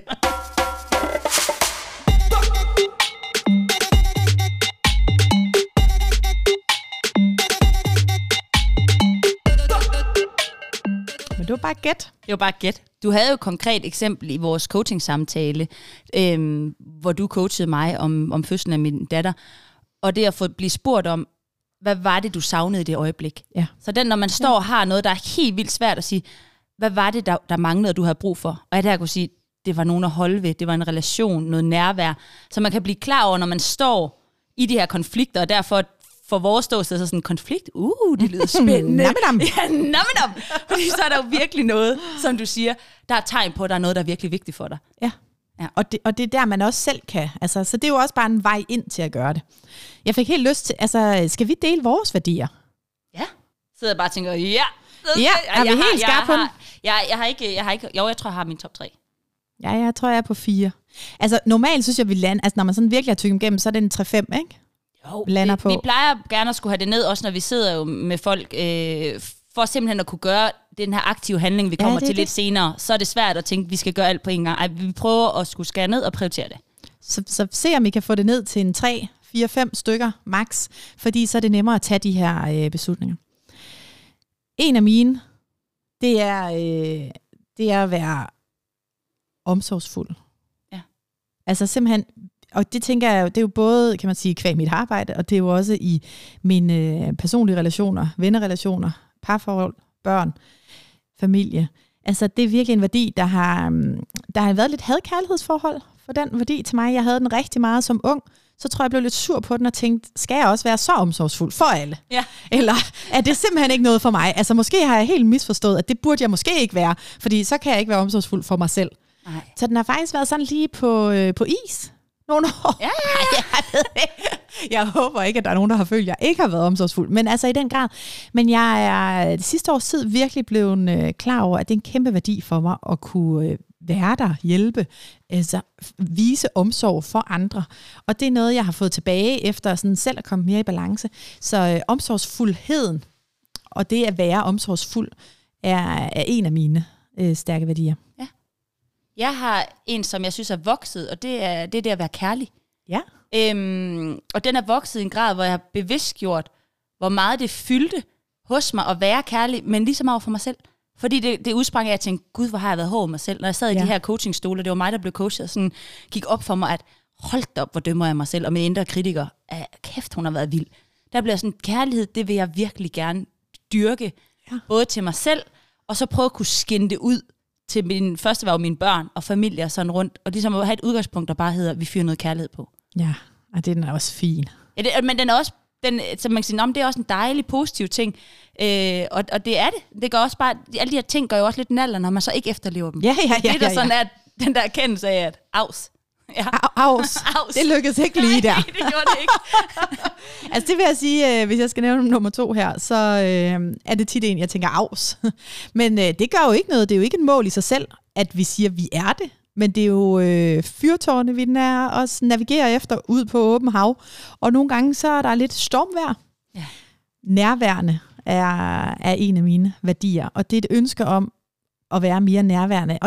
Det var bare gæt. Det var bare gæt. Du havde jo et konkret eksempel i vores coaching-samtale, hvor du coachede mig om fødslen af min datter, og det at få blive spurgt om, hvad var det, du savnede i det øjeblik? Ja. Så den, når man står og har noget, der er helt vildt svært at sige, hvad var det, der manglede, du havde brug for? Og jeg der kunne sige, det var nogen at holde ved, det var en relation, noget nærvær, så man kan blive klar over, når man står i de her konflikter, og derfor for vores ståsted, så sådan en konflikt, det lyder spændende. Nammedam. Ja, nammedam. Fordi så er der jo virkelig noget, som du siger, der er tegn på, at der er noget, der er virkelig vigtigt for dig. Ja. Og det er der, man også selv kan. Altså, så det er jo også bare en vej ind til at gøre det. Jeg fik helt lyst til, altså, skal vi dele vores værdier? Ja. Så jeg bare tænker, ja. Er vi helt skarpe på den? Jeg har ikke, jo, jeg tror, jeg har min top 3. Ja, jeg tror, jeg er på 4. Altså, normalt synes jeg, vi lander, altså, når man sådan virkelig har tykket igennem, så er det en 3-5, ikke? Jo, vi plejer gerne at skulle have det ned, også når vi sidder jo med folk, for simpelthen at kunne gøre den her aktive handling, vi kommer til lidt senere. Så er det svært at tænke, at vi skal gøre alt på en gang. Ej, vi prøver at skulle skære ned og prioritere det. Så se, om I kan få det ned til en 3, 4, 5 stykker max, fordi så er det nemmere at tage de her beslutninger. En af mine, det er at være omsorgsfuld. Ja. Altså simpelthen. Og det tænker jeg, det er jo både, kan man sige, kvæg mit arbejde, og det er jo også i mine personlige relationer, vennerrelationer, parforhold, børn, familie. Altså det er virkelig en værdi, der har været lidt hadkærlighedsforhold for den værdi til mig. Jeg havde den rigtig meget som ung, så tror jeg blev lidt sur på den og tænkte, skal jeg også være så omsorgsfuld for alle? Ja. Eller er det simpelthen ikke noget for mig? Altså måske har jeg helt misforstået, at det burde jeg måske ikke være, fordi så kan jeg ikke være omsorgsfuld for mig selv. Nej. Så den har faktisk været sådan lige på is. Nogle år. Ja. Jeg håber ikke, at der er nogen, der har følt, at jeg ikke har været omsorgsfuld. Men altså i den grad. Men jeg er det sidste års tid virkelig blevet klar over, at det er en kæmpe værdi for mig at kunne være der, hjælpe, altså vise omsorg for andre. Og det er noget, jeg har fået tilbage efter sådan selv at komme mere i balance. Så omsorgsfuldheden og det at være omsorgsfuld er en af mine stærke værdier. Ja. Jeg har en, som jeg synes er vokset, og det er det at være kærlig. Ja. Og den er vokset i en grad, hvor jeg har bevidstgjort, hvor meget det fyldte hos mig at være kærlig, men lige så meget for mig selv. Fordi det udsprang af, at jeg tænkte, gud, hvor har jeg været hård med mig selv. Når jeg sad i de her coachingstoler, det var mig, der blev coachet, og sådan gik op for mig, at hold da op, hvor dømmer jeg mig selv, og med indre kritikere, kæft, hun har været vild. Der bliver sådan, kærlighed, det vil jeg virkelig gerne dyrke, både til mig selv, og så prøve at kunne skinne det ud til min første var jo mine børn og familie og sådan rundt, og ligesom at have et udgangspunkt, der bare hedder, vi fyrer noget kærlighed på. Ja, og den er også fin. Ja, men den er også, som man kan sige, det er også en dejlig, positiv ting, og det er det. Det gør også bare, alle de her ting gør jo også lidt naller, når man så ikke efterlever dem. Ja. Det er sådan, at den der erkendelse af, at aus. Ja. Aus. Det lykkedes ikke lige der. Nej, det gjorde det ikke. Altså det vil jeg sige, hvis jeg skal nævne nummer 2 her, så er det tit en, jeg tænker aus. Men det gør jo ikke noget. Det er jo ikke et mål i sig selv, at vi siger, at vi er det. Men det er jo fyrtårne, vi også navigerer efter ud på åben hav. Og nogle gange så er der lidt stormvejr. Ja. Nærværende er en af mine værdier. Og det er et ønske om at være mere nærværende.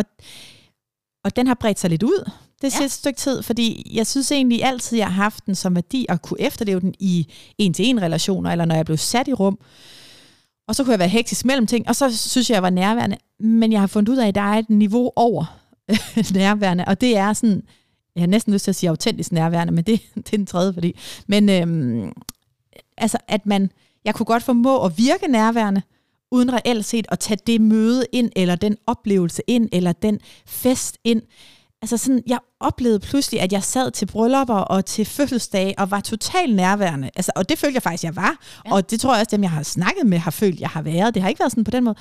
Og den har bredt sig lidt ud det sidste stykke tid, fordi jeg synes egentlig altid, jeg har haft den som værdi at kunne efterleve den i en-til-en relationer, eller når jeg blev sat i rum. Og så kunne jeg være hektisk mellem ting, og så synes jeg var nærværende. Men jeg har fundet ud af, at der er et niveau over nærværende, og det er sådan, jeg har næsten lyst til at sige autentisk nærværende, men det er den tredje værdi. Men altså, at man Jeg kunne godt formå at virke nærværende, uden reelt set at tage det møde ind, eller den oplevelse ind, eller den fest ind. Altså sådan, jeg oplevede pludselig, at jeg sad til bryllupper og til fødselsdage, og var totalt nærværende. Altså, og det følte jeg faktisk, jeg var. Ja. Og det tror jeg også, dem jeg har snakket med, har følt, jeg har været. Det har ikke været sådan på den måde.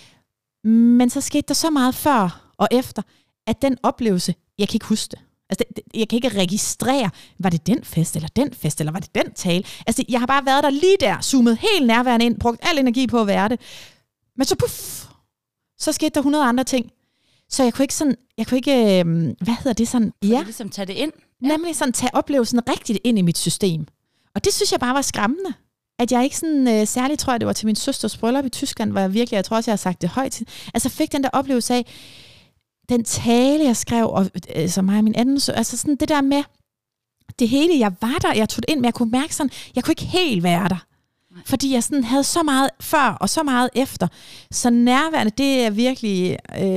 Men så skete der så meget før og efter, at den oplevelse, jeg kan ikke huske det. Altså, jeg kan ikke registrere, var det den fest, eller var det den tale? Altså, jeg har bare været der lige der, zoomet helt nærværende ind, brugt al energi på at være det. Men så puff, så skete der 100 andre ting. Så jeg kunne ikke, hvad hedder det sådan? Ja. Det ligesom tage det ind. Ja. Nemlig sådan tage oplevelsen rigtigt ind i mit system. Og det synes jeg bare var skræmmende. At jeg ikke sådan, særligt tror jeg, det var til min søsters bryllup i Tyskland, hvor jeg tror også, jeg har sagt det højt. Altså fik den der oplevelse af, den tale, jeg skrev, og så mig og min anden, altså sådan det der med, det hele, jeg var der, jeg tog det ind, men jeg kunne mærke sådan, jeg kunne ikke helt være der. Nej. Fordi jeg sådan havde så meget før, og så meget efter. Så nærværende, det er virkelig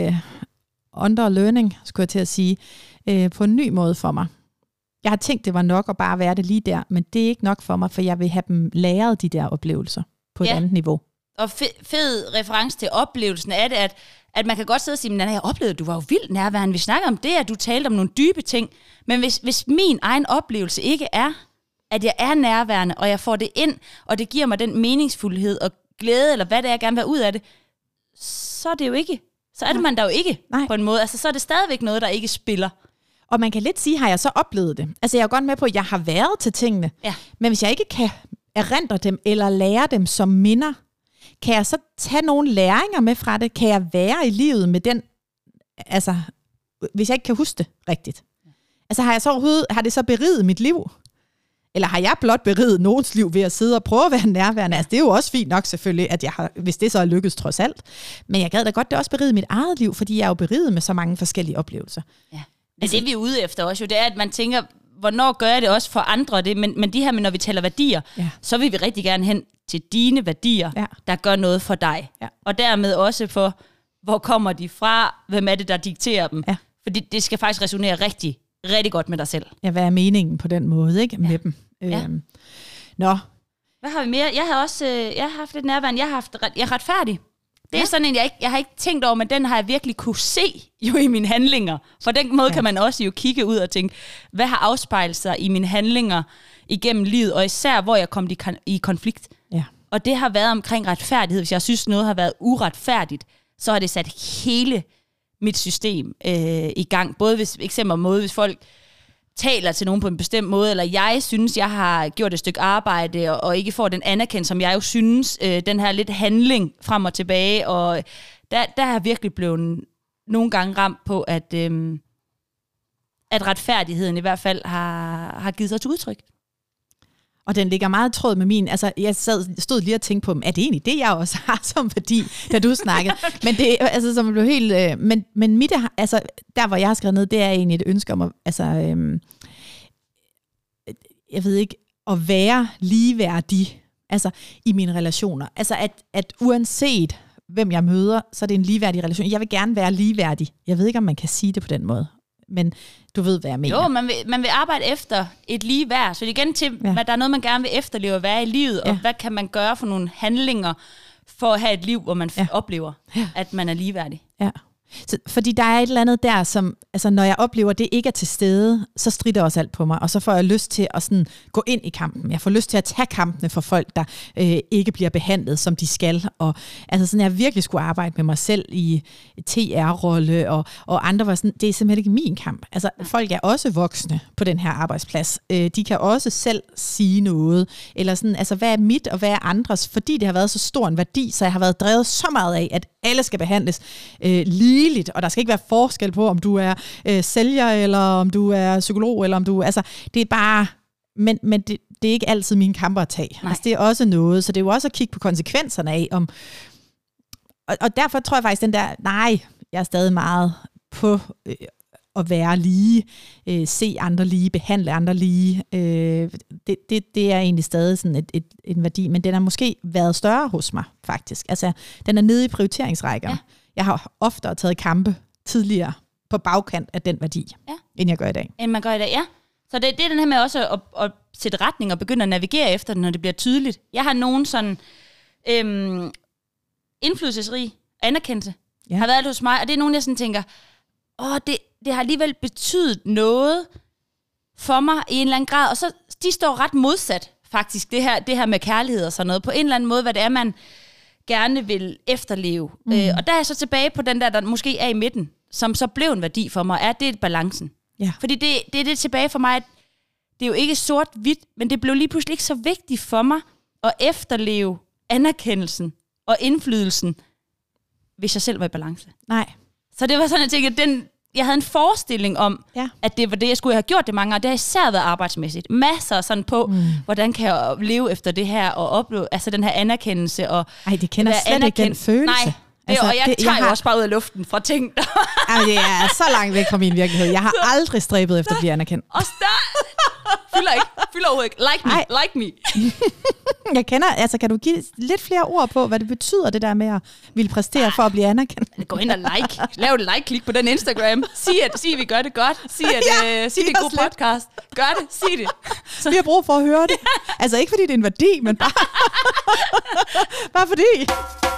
under learning, skulle jeg til at sige, på en ny måde for mig. Jeg har tænkt, det var nok at bare være det lige der, men det er ikke nok for mig, for jeg vil have dem læret, de der oplevelser, på et andet niveau. Og fed reference til oplevelsen er det, at man kan godt sidde og sige, men jeg oplevede, at du var jo vildt nærværende. Vi snakker om det, at du talte om nogle dybe ting. Men hvis min egen oplevelse ikke er, at jeg er nærværende, og jeg får det ind, og det giver mig den meningsfuldhed og glæde, eller hvad det er, jeg gerne vil have ud af det, så er det jo ikke. Så er det man der jo ikke. Nej. På en måde. Altså, så er det stadigvæk noget, der ikke spiller. Og man kan lidt sige, har jeg så oplevet det? Altså, jeg er godt med på, at jeg har været til tingene. Ja. Men hvis jeg ikke kan erindre dem, eller lære dem som minder, kan jeg så tage nogle læringer med fra det? Kan jeg være i livet med den, altså, hvis jeg ikke kan huske det rigtigt? Altså, har det så beriget mit liv? Eller har jeg blot beriget nogens liv ved at sidde og prøve at være nærværende? Altså, det er jo også fint nok selvfølgelig, at jeg har, hvis det så er lykkedes trods alt. Men jeg gad da godt, det også beriget mit eget liv, fordi jeg er jo beriget med så mange forskellige oplevelser. Ja. Altså, det vi er ude efter også jo, det er, at man tænker, hvornår gør jeg det også for andre? Det, men de her, når vi taler værdier, så vil vi rigtig gerne hen til dine værdier, der gør noget for dig. Ja. Og dermed også for, hvor kommer de fra? Hvem er det, der dikterer dem? Ja. Fordi det skal faktisk resonere rigtig, rigtig godt med dig selv. Ja, hvad er meningen på den måde, ikke? Med dem. Ja. Nå. Hvad har vi mere? Jeg har haft lidt nærværende. Jeg er retfærdig. Det er sådan en, jeg har ikke tænkt over, men den har jeg virkelig kunne se jo i mine handlinger. For den måde kan man også jo kigge ud og tænke, hvad har afspejlet sig i mine handlinger igennem livet, og især hvor jeg kom i konflikt. Ja. Og det har været omkring retfærdighed. Hvis jeg synes, noget har været uretfærdigt, så har det sat hele mit system i gang. Både hvis folk taler til nogen på en bestemt måde, eller jeg synes, jeg har gjort et stykke arbejde, og ikke får den anerkendelse, som jeg jo synes, den her lidt handling frem og tilbage, og der har jeg virkelig blevet nogle gange ramt på, at retfærdigheden i hvert fald har givet sig til udtryk. Og den ligger meget tråd med min. Altså, jeg stod lige og tænkte på, er det egentlig det, jeg også har som værdi, da du snakkede? Men det, altså, som blev helt. Men mit, altså, der hvor jeg har skrevet ned, det er egentlig et ønske om at, altså, jeg ved ikke, at være ligeværdig, altså i mine relationer. Altså, at uanset hvem jeg møder, så er det en ligeværdig relation. Jeg vil gerne være ligeværdig. Jeg ved ikke, om man kan sige det på den måde. Men du ved, hvad jeg mener. Jo, man vil arbejde efter et ligeværd. Så igen til, hvad der er noget, man gerne vil efterleve og være i livet, og hvad kan man gøre for nogle handlinger for at have et liv, hvor man oplever, at man er ligeværdig. Ja. Så, fordi der er et eller andet der, som, altså når jeg oplever, at det ikke er til stede, så strider også alt på mig, og så får jeg lyst til at sådan gå ind i kampen. Jeg får lyst til at tage kampene for folk, der ikke bliver behandlet, som de skal. Og altså sådan, jeg virkelig skulle arbejde med mig selv i TR-rolle, og andre var sådan, det er simpelthen ikke min kamp. Altså folk er også voksne på den her arbejdsplads. De kan også selv sige noget, eller sådan, altså hvad er mit, og hvad er andres, fordi det har været så stor en værdi, så jeg har været drevet så meget af, at alle skal behandles ligeligt, og der skal ikke være forskel på, om du er sælger, eller om du er psykolog, eller om du, altså, det er bare, men det er ikke altid mine kamper at tage. Altså, det er også noget, så det er jo også at kigge på konsekvenserne af, og derfor tror jeg faktisk, jeg er stadig meget på at være lige, se andre lige, behandle andre lige. Det er egentlig stadig sådan en værdi, men den har måske været større hos mig, faktisk. Altså, den er nede i prioriteringsrækker. Ja. Jeg har oftere taget kampe tidligere på bagkant af den værdi, end jeg gør i dag. End man gør i dag, ja. Så det er den her med også at sætte retning og begynde at navigere efter det, når det bliver tydeligt. Jeg har nogen sådan indflydelsesrig anerkendelse, har været hos mig, og det er nogen, jeg sådan tænker, det har alligevel betydet noget for mig i en eller anden grad, og så de står ret modsat faktisk, det her med kærlighed og sådan noget, på en eller anden måde, hvad det er, man gerne vil efterleve. Og der er jeg så tilbage på den der måske er i midten, som så blev en værdi for mig, det er balancen. Ja. Fordi det er det tilbage for mig, at det er jo ikke sort-hvidt, men det blev lige pludselig ikke så vigtigt for mig at efterleve anerkendelsen og indflydelsen, hvis jeg selv var i balance. Nej. Så det var sådan, jeg tænkte, jeg havde en forestilling om, at det var det, jeg skulle have gjort det mange år. Det har især været arbejdsmæssigt. Masser sådan på, hvordan kan jeg leve efter det her, og opleve altså den her anerkendelse. Og det kender slet ikke den følelse. Nej, og jeg tager jo også bare ud af luften fra ting. Det er så langt væk fra min virkelighed. Jeg har aldrig stræbet efter at blive anerkendt. Og fylder overhovedet ikke. Like me. Jeg kender, kan du give lidt flere ord på, hvad det betyder, det der med at ville præstere for at blive anerkendt? Gå ind og lav et like-klik på den Instagram. Sig, at vi gør det godt. Sig, at det er en god podcast. Gør det, sig det. Så. Vi har brug for at høre det. Altså ikke fordi det er en værdi, men bare fordi.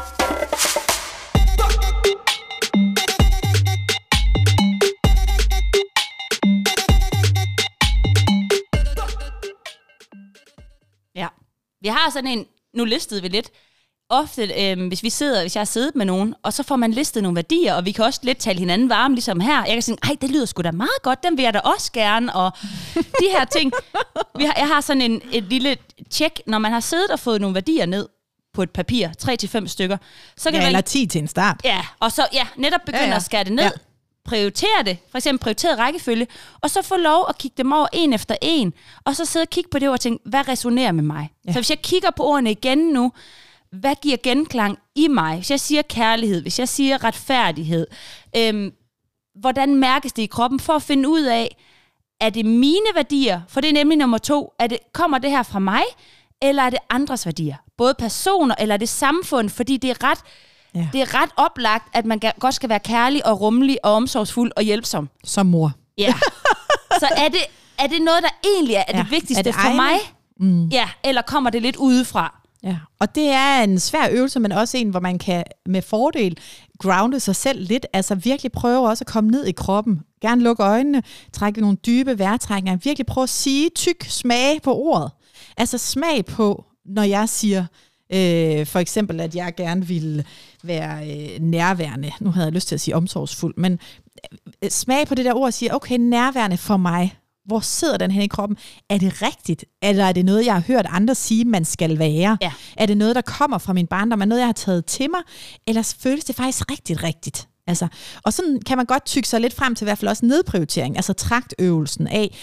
Ja, vi har sådan en, nu listede vi lidt, ofte hvis jeg har siddet med nogen, og så får man listet nogle værdier, og vi kan også lidt tale hinanden varme, ligesom her. Jeg kan sige, det lyder sgu da meget godt, dem vil jeg da også gerne, og de her ting. Jeg har sådan et lille tjek, når man har siddet og fået nogle værdier ned på et papir, 3-5 stykker. Så kan eller 10 til en start. Ja, og så netop begynde at skære det ned. Ja. Prioritere det, for eksempel prioriteret rækkefølge, og så få lov at kigge dem over en efter en, og så sidde og kigge på det og tænke, hvad resonerer med mig? Ja. Så hvis jeg kigger på ordene igen nu, hvad giver genklang i mig? Hvis jeg siger kærlighed, hvis jeg siger retfærdighed, hvordan mærkes det i kroppen, for at finde ud af, er det mine værdier? For det er nemlig nummer 2. Kommer det her fra mig, eller er det andres værdier? Både personer, eller er det samfund? Fordi det er ret oplagt, at man godt skal være kærlig og rummelig og omsorgsfuld og hjælpsom. Som mor. Ja. Så er det noget, der egentlig er det vigtigste for mig? Ja, eller kommer det lidt udefra? Ja, og det er en svær øvelse, men også en, hvor man kan med fordel grounde sig selv lidt. Altså virkelig prøve også at komme ned i kroppen. Gerne lukke øjnene, trække nogle dybe vejrtrækninger. Virkelig prøve at sige smage på ordet. Altså smag på, når jeg siger for eksempel, at jeg gerne ville være nærværende. Nu havde jeg lyst til at sige omsorgsfuld, men smag på det der ord og sige, okay, nærværende for mig. Hvor sidder den her i kroppen? Er det rigtigt? Eller er det noget, jeg har hørt andre sige, man skal være? Ja. Er det noget, der kommer fra min barndom? Er det noget, jeg har taget til mig? Eller føles det faktisk rigtigt? Altså, og sådan kan man godt tykke sig lidt frem til i hvert fald også nedprioritering. Altså traktøvelsen af,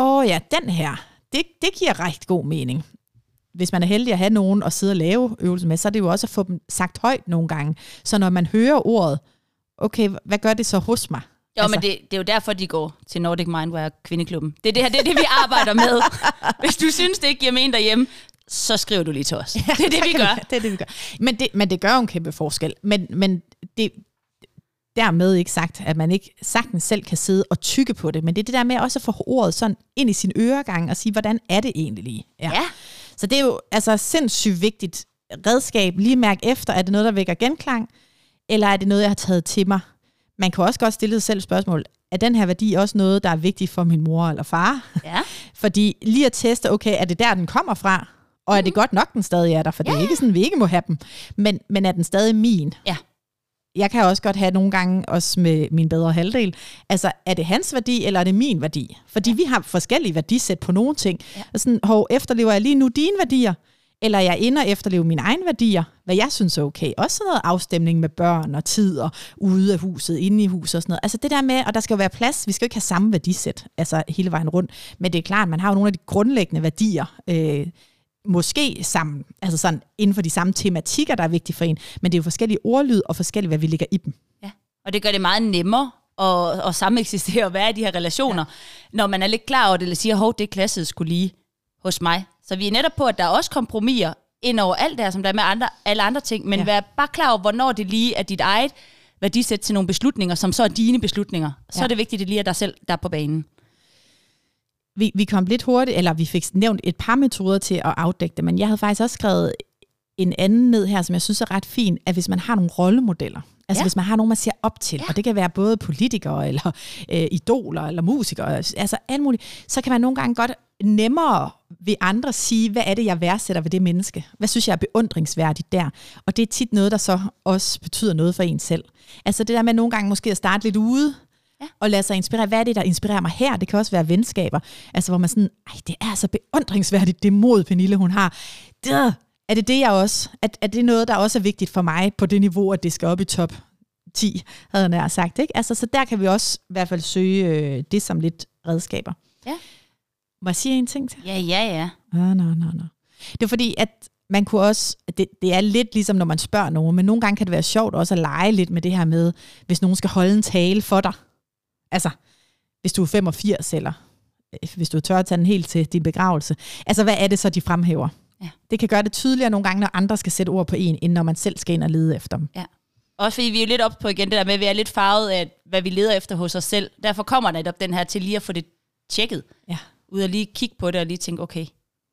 den her, det giver rigtig god mening. Hvis man er heldig at have nogen at sidde og lave øvelsen med, så er det jo også at få dem sagt højt nogle gange. Så når man hører ordet, okay, hvad gør det så hos mig? Jo, men det er jo derfor, de går til Nordic Mindwear Kvindeklubben. Det er det, vi arbejder med. Hvis du synes, det ikke giver mening derhjemme, så skriv du lige til os. Det er det, vi gør. Det er det, vi gør. Men det gør jo en kæmpe forskel. Men det dermed ikke sagt, at man ikke sagtens selv kan sidde og tykke på det. Men det er det der med også at få ordet sådan ind i sin øregang og sige, hvordan er det egentlig lige? Ja. Så det er jo altså sindssygt vigtigt redskab. Lige mærke efter, er det noget, der vækker genklang? Eller er det noget, jeg har taget til mig? Man kan også godt stille sig selv spørgsmål, er den her værdi også noget, der er vigtigt for min mor eller far? Ja. Fordi lige at teste, okay, er det der, den kommer fra? Og er det godt nok, den stadig er der? For det er ikke sådan, vi ikke må have dem. Men er den stadig min? Ja. Jeg kan også godt have nogle gange, også med min bedre halvdel, altså er det hans værdi, eller er det min værdi? Fordi vi har forskellige værdisæt på nogle ting. Ja. Sådan, efterlever jeg lige nu dine værdier? Eller jeg ender efterleve mine egne værdier, hvad jeg synes er okay. Også sådan noget afstemning med børn og tid og ude af huset, inde i huset og sådan noget. Altså det der med, og der skal jo være plads, vi skal jo ikke have samme værdisæt, altså hele vejen rundt. Men det er klart, man har jo nogle af de grundlæggende værdier, måske sammen, altså sådan inden for de samme tematikker, der er vigtige for en. Men det er jo forskellige ordlyd og forskellige, hvad vi lægger i dem. Ja, og det gør det meget nemmere at sameksistere og være i de her relationer, når man er lidt klar over det, eller siger, det klassede skulle lige hos mig. Så vi er netop på, at der er også kompromiser ind over alt det her, som der er med alle andre ting, men vær bare klar over, hvornår det lige er dit eget værdisæt til nogle beslutninger, som så er dine beslutninger. Så er det vigtigt, at det lige er dig selv, der er på banen. vi kom lidt hurtigt, eller vi fik nævnt et par metoder til at afdække det, men jeg havde faktisk også skrevet en anden ned her, som jeg synes er ret fint, at hvis man har nogle rollemodeller, altså hvis man har nogen, man ser op til, og det kan være både politikere, eller idoler, eller musikere, altså alt muligt, så kan man nogle gange godt nemmere ved andre sige, hvad er det, jeg værdsætter ved det menneske? Hvad synes jeg er beundringsværdigt der? Og det er tit noget, der så også betyder noget for en selv. Altså det der med nogle gange måske at starte lidt ude, og lade sig inspirere. Hvad er det, der inspirerer mig her? Det kan også være venskaber. Altså hvor man sådan, det er så beundringsværdigt, det mod Pernille, hun har. Er det jeg også? Er det noget, der også er vigtigt for mig på det niveau, at det skal op i top 10, havde jeg nær sagt. Ikke? Altså, så der kan vi også i hvert fald søge det som lidt redskaber. Ja. Må jeg sige en ting til? Ja. No. Det er fordi, at man kunne også, det er lidt ligesom, når man spørger nogen, men nogle gange kan det være sjovt også at lege lidt med det her med, hvis nogen skal holde en tale for dig. Altså, hvis du er 85, eller hvis du tør at tage den helt til din begravelse. Altså, hvad er det så, de fremhæver? Ja. Det kan gøre det tydeligere nogle gange, når andre skal sætte ord på en, end når man selv skal ind og lede efter dem. Ja. Også fordi vi er jo lidt op på igen det der med, at vi er lidt farvet af, hvad vi leder efter hos os selv. Derfor kommer netop den her til lige at få det tjekket. Ja. Ud og lige kigge på det og lige tænke, okay,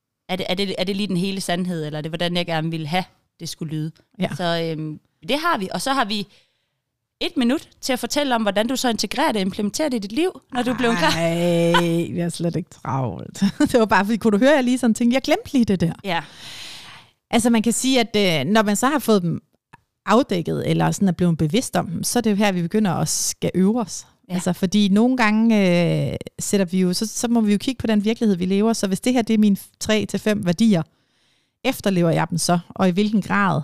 er det lige den hele sandhed, eller er det, hvordan jeg gerne ville have, det skulle lyde? Ja. Så det har vi. Og så har vi 1 minut til at fortælle om, hvordan du så integrerer det og implementerer det i dit liv, når du blev klar. Nej, vi er slet ikke travlt. Det var bare fordi, kunne du høre, jeg lige sådan tænkte, jeg glemte lige det der. Ja. Altså man kan sige, at når man så har fået dem afdækket, eller sådan er blevet bevidst om dem, så er det jo her, vi begynder at skal øve os. Ja. Altså fordi nogle gange sætter vi jo, så må vi jo kigge på den virkelighed, vi lever. Så hvis det her, det er mine 3-5 værdier, efterlever jeg dem så, og i hvilken grad?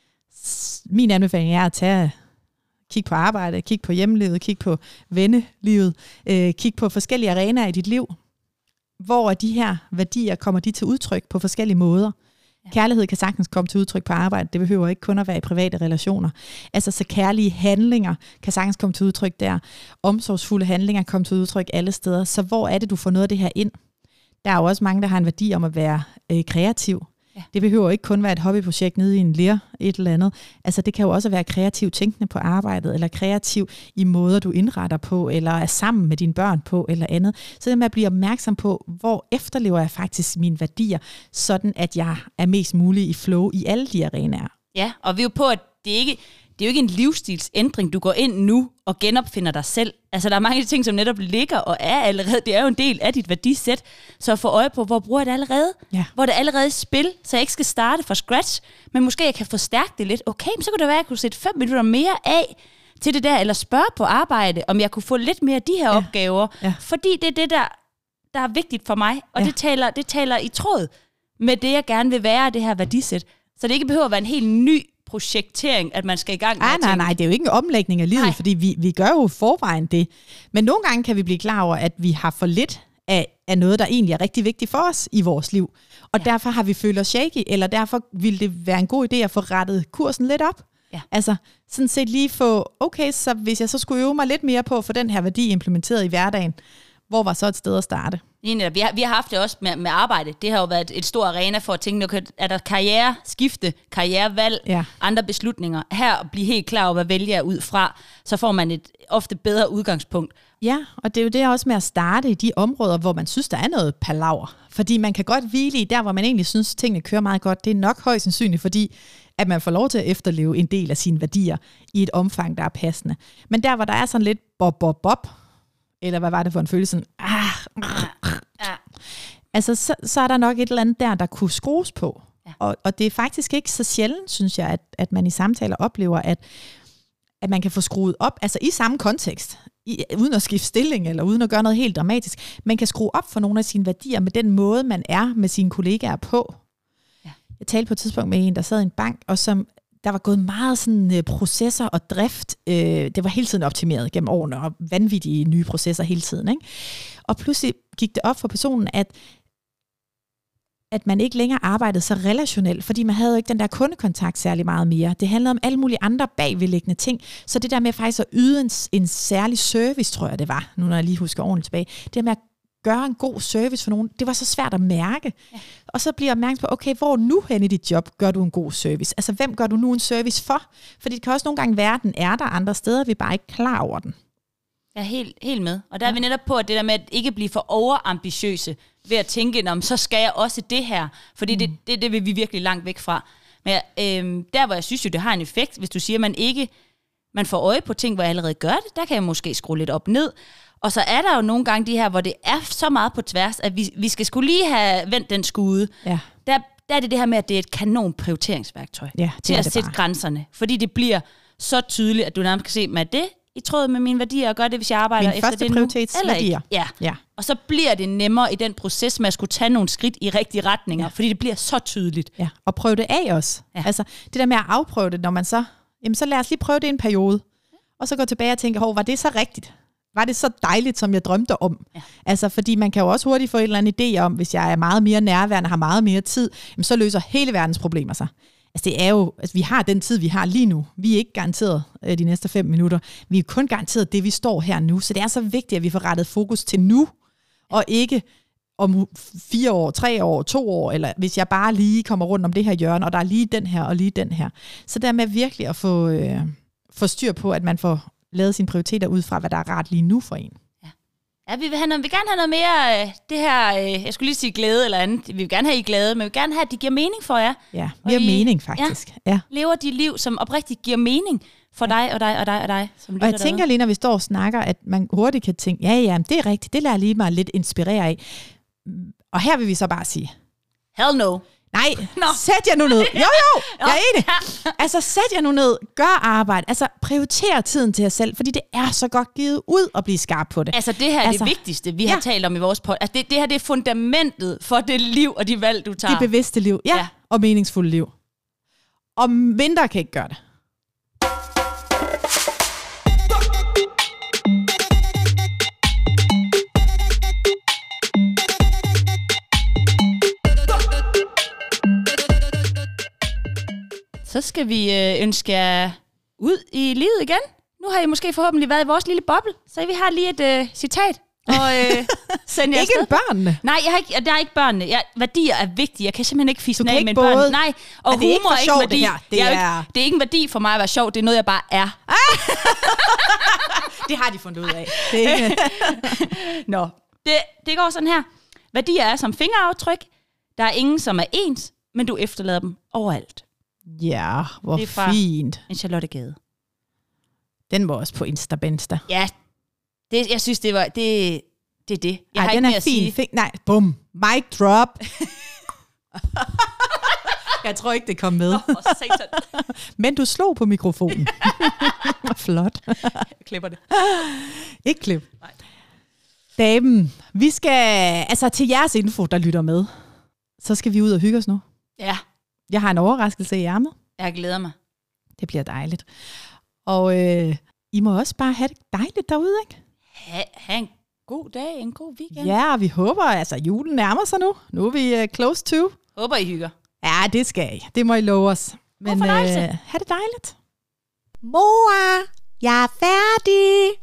Min anbefaling er at kig på arbejde, kig på hjemmelivet, kig på vennelivet, kig på forskellige arenaer i dit liv. Hvor de her værdier kommer de til udtryk på forskellige måder. Ja. Kærlighed kan sagtens komme til udtryk på arbejde. Det behøver ikke kun at være i private relationer. Altså så kærlige handlinger kan sagtens komme til udtryk der. Omsorgsfulde handlinger kommer til udtryk alle steder. Så hvor er det, du får noget af det her ind? Der er jo også mange, der har en værdi om at være kreativ. Ja. Det behøver ikke kun være et hobbyprojekt nede i en ler, et eller andet. Altså det kan jo også være kreativ tænkende på arbejdet, eller kreativ i måder, du indretter på, eller er sammen med dine børn på, eller andet. Så det med at blive opmærksom på, hvor efterlever jeg faktisk mine værdier, sådan at jeg er mest mulig i flow i alle de arenaer. Ja, og vi er jo på, at det er jo ikke en livsstilsændring, du går ind nu og genopfinder dig selv. Altså, der er mange ting, som netop ligger og er allerede. Det er jo en del af dit værdisæt. Så at få øje på, hvor bruger jeg det allerede? Ja. Hvor det er allerede i spil, så jeg ikke skal starte fra scratch. Men måske jeg kan forstærke det lidt. Okay, så kunne det være, at jeg kunne sætte 5 minutter mere af til det der, eller spørge på arbejde, om jeg kunne få lidt mere af de her opgaver. Ja. Fordi det er det, der er vigtigt for mig. Og det taler i tråd med det, jeg gerne vil være, det her værdisæt. Så det ikke behøver at være en helt ny projektering, at man skal i gang med Nej, det er jo ikke en omlægning af livet, fordi vi gør jo forvejen det. Men nogle gange kan vi blive klar over, at vi har for lidt af noget, der egentlig er rigtig vigtigt for os i vores liv. Og derfor har vi følt os shaky, eller derfor ville det være en god idé at få rettet kursen lidt op. Ja. Altså sådan set lige få, okay, så hvis jeg så skulle øve mig lidt mere på at få den her værdi implementeret i hverdagen, hvor var så et sted at starte? Vi har haft det også med arbejde. Det har jo været et stort arena for at tænke, er der karriereskifte, karrierevalg, andre beslutninger. Her blive helt klar over, hvad vælger jeg ud fra, så får man et ofte bedre udgangspunkt. Ja, og det er jo det også med at starte i de områder, hvor man synes, der er noget palaver. Fordi man kan godt hvile i der, hvor man egentlig synes, tingene kører meget godt. Det er nok højst sandsynligt, fordi at man får lov til at efterleve en del af sine værdier i et omfang, der er passende. Men der, hvor der er sådan lidt bob, eller hvad var det for en følelse? Altså, så er der nok et eller andet der kunne skrues på. Ja. Og det er faktisk ikke så sjældent, synes jeg, at man i samtaler oplever, at man kan få skruet op, altså i samme kontekst, uden at skifte stilling, eller uden at gøre noget helt dramatisk. Man kan skrue op for nogle af sine værdier med den måde, man er med sine kollegaer på. Ja. Jeg talte på et tidspunkt med en, der sad i en bank, og som der var gået meget sådan processer og drift. Det var hele tiden optimeret gennem årene, og vanvittige nye processer hele tiden. Ikke? Og pludselig gik det op for personen, at man ikke længere arbejdede så relationelt, fordi man havde ikke den der kundekontakt særlig meget mere. Det handlede om alle mulige andre bagvedliggende ting. Så det der med faktisk at yde en særlig service, tror jeg det var, nu når jeg lige husker ordentligt tilbage. Det der med at gøre en god service for nogen, det var så svært at mærke. Ja. Og så bliver jeg opmærksom på, okay, hvor nu hen i dit job gør du en god service? Altså, hvem gør du nu en service for? Fordi det kan også nogle gange være, at den er der andre steder, vi er bare ikke klar over den. Jeg er helt med. Og der er vi netop på, at det der med at ikke blive for overambitiøse ved at tænke, så skal jeg også det her. Fordi det vil vi virkelig langt væk fra. Men der, hvor jeg synes jo, det har en effekt, hvis du siger, at man får øje på ting, hvor jeg allerede gør det, der kan jeg måske skrue lidt op ned. Og så er der jo nogle gange de her, hvor det er så meget på tværs, at vi skal skulle lige have vendt den skude. Ja. Der er det her med, at det er et kanon prioriteringsværktøj til at sætte grænserne. Fordi det bliver så tydeligt, at du nærmest kan se, at det i tråd med mine værdier og gøre det, hvis jeg arbejder efter det nu. Min første prioritetsværdier. Ja. Og så bliver det nemmere i den proces med at skulle tage nogle skridt i rigtige retninger, fordi det bliver så tydeligt. Ja, og prøve det af også. Ja. Altså det der med at afprøve det, når man så lad os lige prøve det en periode, og så gå tilbage og tænke, var det så rigtigt? Var det så dejligt, som jeg drømte om? Ja. Altså, fordi man kan jo også hurtigt få en eller anden idé om, hvis jeg er meget mere nærværende, har meget mere tid, så løser hele verdens problemer sig. Altså, det er jo, vi har den tid, vi har lige nu. Vi er ikke garanteret de næste 5 minutter. Vi er kun garanteret det, vi står her nu. Så det er så vigtigt, at vi får rettet fokus til nu, og ikke om 4 år, 3 år, 2 år, eller hvis jeg bare lige kommer rundt om det her hjørne, og der er lige den her, og lige den her. Så der med virkelig at få styr på, at man får lavet sine prioriteter ud fra, hvad der er rart lige nu for en. Ja, vi vil gerne have noget mere, det her, jeg skulle lige sige glæde eller andet, vi vil gerne have I glæde, men vi vil gerne have, at det giver mening for jer. Ja, mere mening faktisk. Ja. Lever de liv, som oprigtigt giver mening for dig og dig og dig og dig. Som og jeg tænker lige, når vi står og snakker, at man hurtigt kan tænke, ja, det er rigtigt, det lader lige mig lidt inspirere af. Og her vil vi så bare sige, hell no. Nej, sæt jer nu ned. Jo, jeg er enig. Altså, sæt jer nu ned. Gør arbejde. Altså, prioriter tiden til jer selv, fordi det er så godt givet ud at blive skarp på det. Altså, det her er det vigtigste, vi har talt om i vores podcast. Altså, det her det er fundamentet for det liv og de valg, du tager. Det bevidste liv, og meningsfulde liv. Og mindre kan ikke gøre det. Så skal vi ønske jer ud i livet igen. Nu har I måske forhåbentlig været i vores lille boble, så vi har lige et citat. Og sende jer ikke afsted. Børnene? Nej, der er ikke børnene. Værdier er vigtige. Jeg kan simpelthen ikke fisse af med børn. Nej, og det er humor er ikke værdi. Det er ikke en værdi for mig at være sjov. Det er noget, jeg bare er. Det har de fundet ud af. Det er ikke... Nå, det går sådan her. Værdier er som fingeraftryk. Der er ingen, som er ens, men du efterlader dem overalt. Ja, hvor det er fint. En Charlotte Gade. Den var også på Insta. Ja, jeg synes, det er det. Jeg har den ikke er fin. Nej, bum. Mic drop. Jeg tror ikke, det kom med. Men du slog på mikrofonen. Flot. Jeg klipper det. Ikke klip. Nej. Damen, vi skal, til jeres info, der lytter med, så skal vi ud og hygge os nu. Ja. Jeg har en overraskelse i ærmet. Jeg glæder mig. Det bliver dejligt. Og I må også bare have det dejligt derude, ikke? Ha' en god dag, en god weekend. Ja, vi håber, julen nærmer sig nu. Nu er vi close to. Håber I hygger. Ja, det skal I. Det må I love os. Men ha' det dejligt. Mor, jeg er færdig.